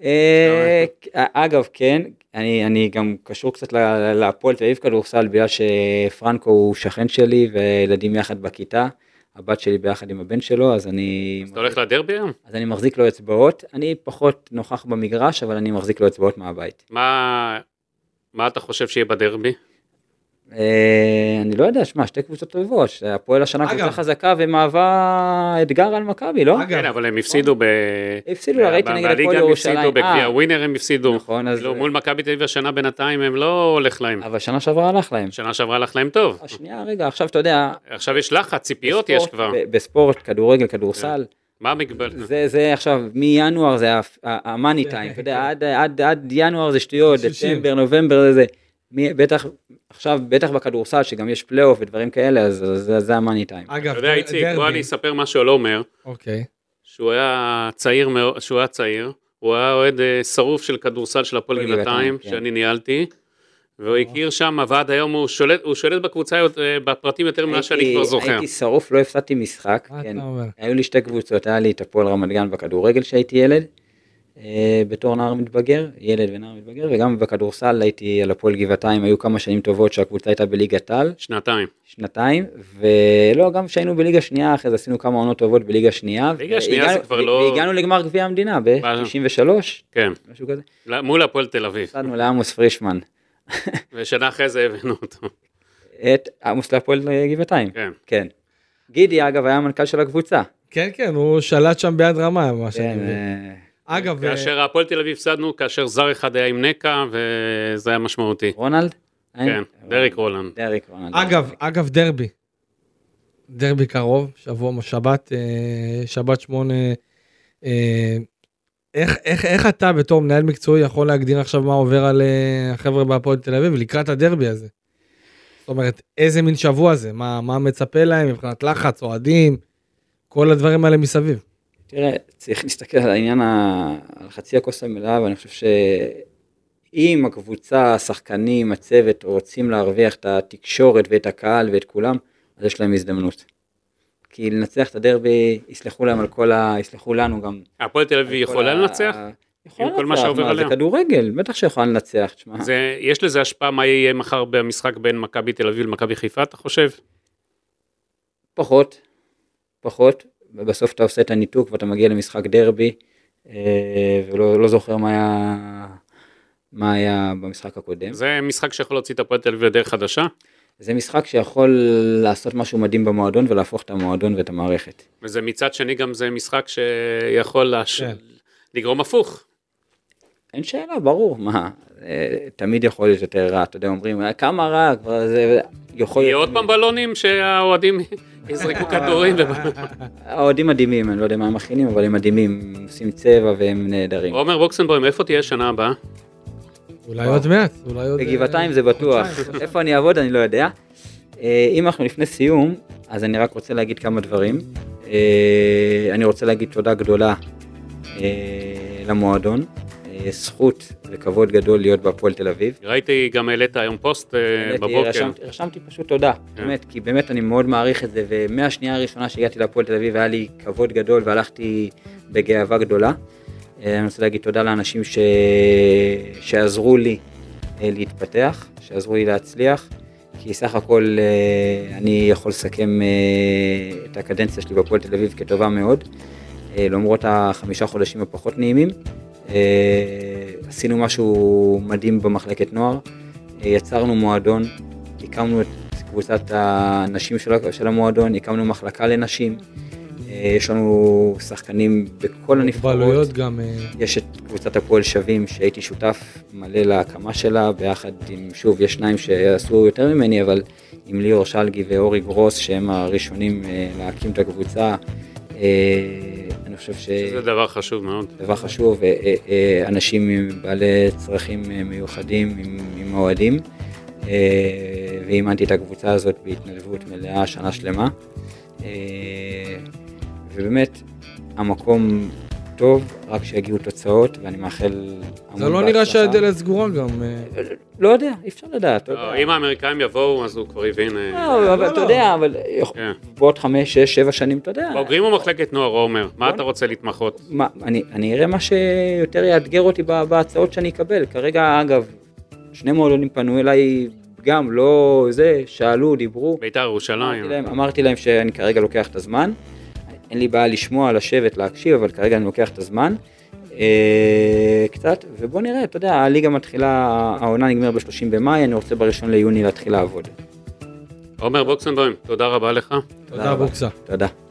אגב, כן, אני גם קשור קצת להפועל תל אביב כדורסל, בגלל שפרנקו הוא שכן שלי, וילדים יחד בכיתה, הבת שלי ביחד עם הבן שלו, אז אני... אז אתה הולך לדרבי היום? אז אני מחזיק לו אצבעות, אני פחות נוכח במגרש, אבל אני מחזיק לו אצבעות מהבית. מה אתה חושב שיהיה בדרבי? אני לא יודע, שמה, 2 קבוצות טובות, הפועל השנה קבוצה חזקה ומהווה אתגר על מכבי, לא? כן, אבל הם הפסידו הפסידו, ראיתי נגד הפועל ירושלים. בגביע ווינר הם הפסידו. נכון, אז... מול מכבי תל אביב השנה בינתיים הם לא הולך להם. אבל שנה שעברה הלך להם. שנה שעברה הלך להם טוב. השנייה, רגע, עכשיו אתה יודע... עכשיו יש לחץ, ציפיות יש כבר. בספורט, כדורגל, כדורסל. מה המגבל? זה עכשיו, מינואר זה המאני טיים, אתה יודע, עד ינואר זה שטויות, דצמבר, נובמבר זה. עכשיו, בטח בכדורסל, שגם יש פלייאוף ודברים כאלה, אז זה המאני טיים. אגב, אתה יודע, איציק, בוא אני אספר משהו על עומר. אוקיי. שהוא היה צעיר, הוא היה אוהד שרוף של כדורסל של הפועל גבעתיים, שאני ניהלתי, והוא הכיר שם, ועד היום הוא שולט בקבוצה בפרטים יותר ממה שאני כבר זוכר. הייתי שרוף, לא הפסדתי משחק, היו לי 2 קבוצות, היה לי את הפועל רמת גן בכדורגל שהייתי ילד, בתור נער מתבגר, ילד ונער מתבגר, וגם בכדורסל הייתי על הפועל גבעתיים, היו כמה שנים טובות שהקבוצה הייתה בליגת העל. שנתיים, ולא, גם שהיינו בליגה שנייה, אחרי זה עשינו כמה עונות טובות בליגה שנייה. ליגה שנייה זה כבר לא... והגענו לגמר גביע המדינה ב-93. כן. משהו כזה. מול הפועל תל אביב. הפסדנו לעמוס פרישמן. ושנה אחרי זה הבאנו אותו. את עמוס להפועל גבעתיים. כן. כן. גידי, אגב, היה המנכ"ל של הקבוצה. כן, כן, הוא שלט שם ביד רמה, מה שאני מבין. אגב... כאשר הפועל תל אביב הפסדנו, כאשר זר אחד היה עם נקה, וזה היה משמעותי. רונלד? כן, דריק רולנד. אגב, דרבי קרוב, שבת 8 איך אתה בתור מנהל מקצועי יכול להגדיר עכשיו מה עובר על החבר'ה בהפועל תל אביב לקראת הדרבי הזה? זאת אומרת, איזה מין שבוע זה? מה מצפה להם מבחינת לחץ, אוהדים, כל הדברים האלה מסביב? תראה, צריך להסתכל על העניין, על חצי הכוס המלאה, ואני חושב שאם הקבוצה, השחקנים, הצוות, רוצים להרוויח את התקשורת ואת הקהל ואת כולם, אז יש להם הזדמנות. כי לנצח את הדרבי, יסלחו להם על יסלחו לנו גם. הפועל תל אביב יכולה לנצח? יכולה לנצח, זה כדורגל, בטח שיכולה לנצח. יש לזה השפעה מה יהיה מחר במשחק בין מכבי תל אביב למכבי חיפה, אתה חושב? פחות. ובסוף אתה עושה את הניתוק ואתה מגיע למשחק דרבי, ולא זוכר מה היה במשחק הקודם. זה משחק שיכול להוציא את הפועל תל אביב לדרך חדשה? זה משחק שיכול לעשות משהו מדהים במועדון ולהפוך את המועדון ואת המערכת. וזה מצד שני גם זה משחק שיכול לגרום הפוך. אין שאלה, ברור, תמיד יכול להיות יותר רע, אתה יודע, אומרים, כמה רע, כבר זה יכול... יהיה עוד פעם בלונים שהאוהדים יזרקו כדורים. האוהדים מדהימים, אני לא יודע מה הם מכינים, אבל הם מדהימים, עושים צבע והם נהדרים. עומר בוקסנבוים, איפה תהיה שנה הבאה? אולי עוד מעט. בגבעתיים זה בטוח. איפה אני אעבוד, אני לא יודע. אם אנחנו לפני סיום, אז אני רק רוצה להגיד כמה דברים. אני רוצה להגיד תודה גדולה למועדון. זכות וכבוד גדול להיות בהפועל תל אביב. ראיתי גם העלית היום פוסט בבוקר. רשמתי פשוט תודה, באמת, כי באמת אני מאוד מעריך את זה, ומהשנייה הראשונה שהגעתי להפועל תל אביב היה לי כבוד גדול והלכתי בגאווה גדולה. אני רוצה להגיד תודה לאנשים שעזרו לי להתפתח, שעזרו לי להצליח, כי סך הכל אני יכול לסכם את הקדנציה שלי בהפועל תל אביב כטובה מאוד, למרות 5 חודשים הפחות נעימים. עשינו משהו מדהים במחלקת נוער, יצרנו מועדון, הקמנו את קבוצת הנשים של המועדון, הקמנו מחלקה לנשים, יש לנו שחקנים בכל הנבחרות, יש את קבוצת הפועל שווים שהייתי שותף מלא להקמה שלה, ביחד עם, שוב, יש 2 שעשו יותר ממני, אבל עם ליאור שלגי ואורי גרוס, שהם הראשונים להקים את הקבוצה, אני חושב שזה דבר חשוב מאוד. דבר חשוב, אנשים עם בעלי צרכים מיוחדים, עם האוהדים, ואימנתי את הקבוצה הזאת בהתנדבות מלאה שנה שלמה, ובאמת המקום טוב, רק שיגיעו תוצאות, ואני מאחל... זה לא נראה שהדלת סגורה גם. לא יודע, אי אפשר לדעת. אם האמריקאים יבואו, אז הוא כבר יבין... אבל אתה יודע, אבל בעוד 5, 6, 7 שנים, אתה יודע. בוגרים או מחלקת נוער, עומר? מה אתה רוצה להתמחות? אני אראה מה שיותר יאתגר אותי בהצעות שאני אקבל. כרגע, אגב, 2 מועדונים פנו אליי, גם לא זה, שאלו, דיברו. בית"ר ירושלים. אמרתי להם שאני כרגע לוקח את הזמן. אין לי בעיה לשמוע, לשבת, להקשיב, אבל כרגע אני לוקח את הזמן. קצת, ובוא נראה, אתה יודע, הליגה מתחילה, העונה נגמר ב-30 במאי, אני רוצה ב1 ליוני להתחיל לעבוד. עומר בוקסנבוים, תודה רבה לך. תודה בוקסה. תודה.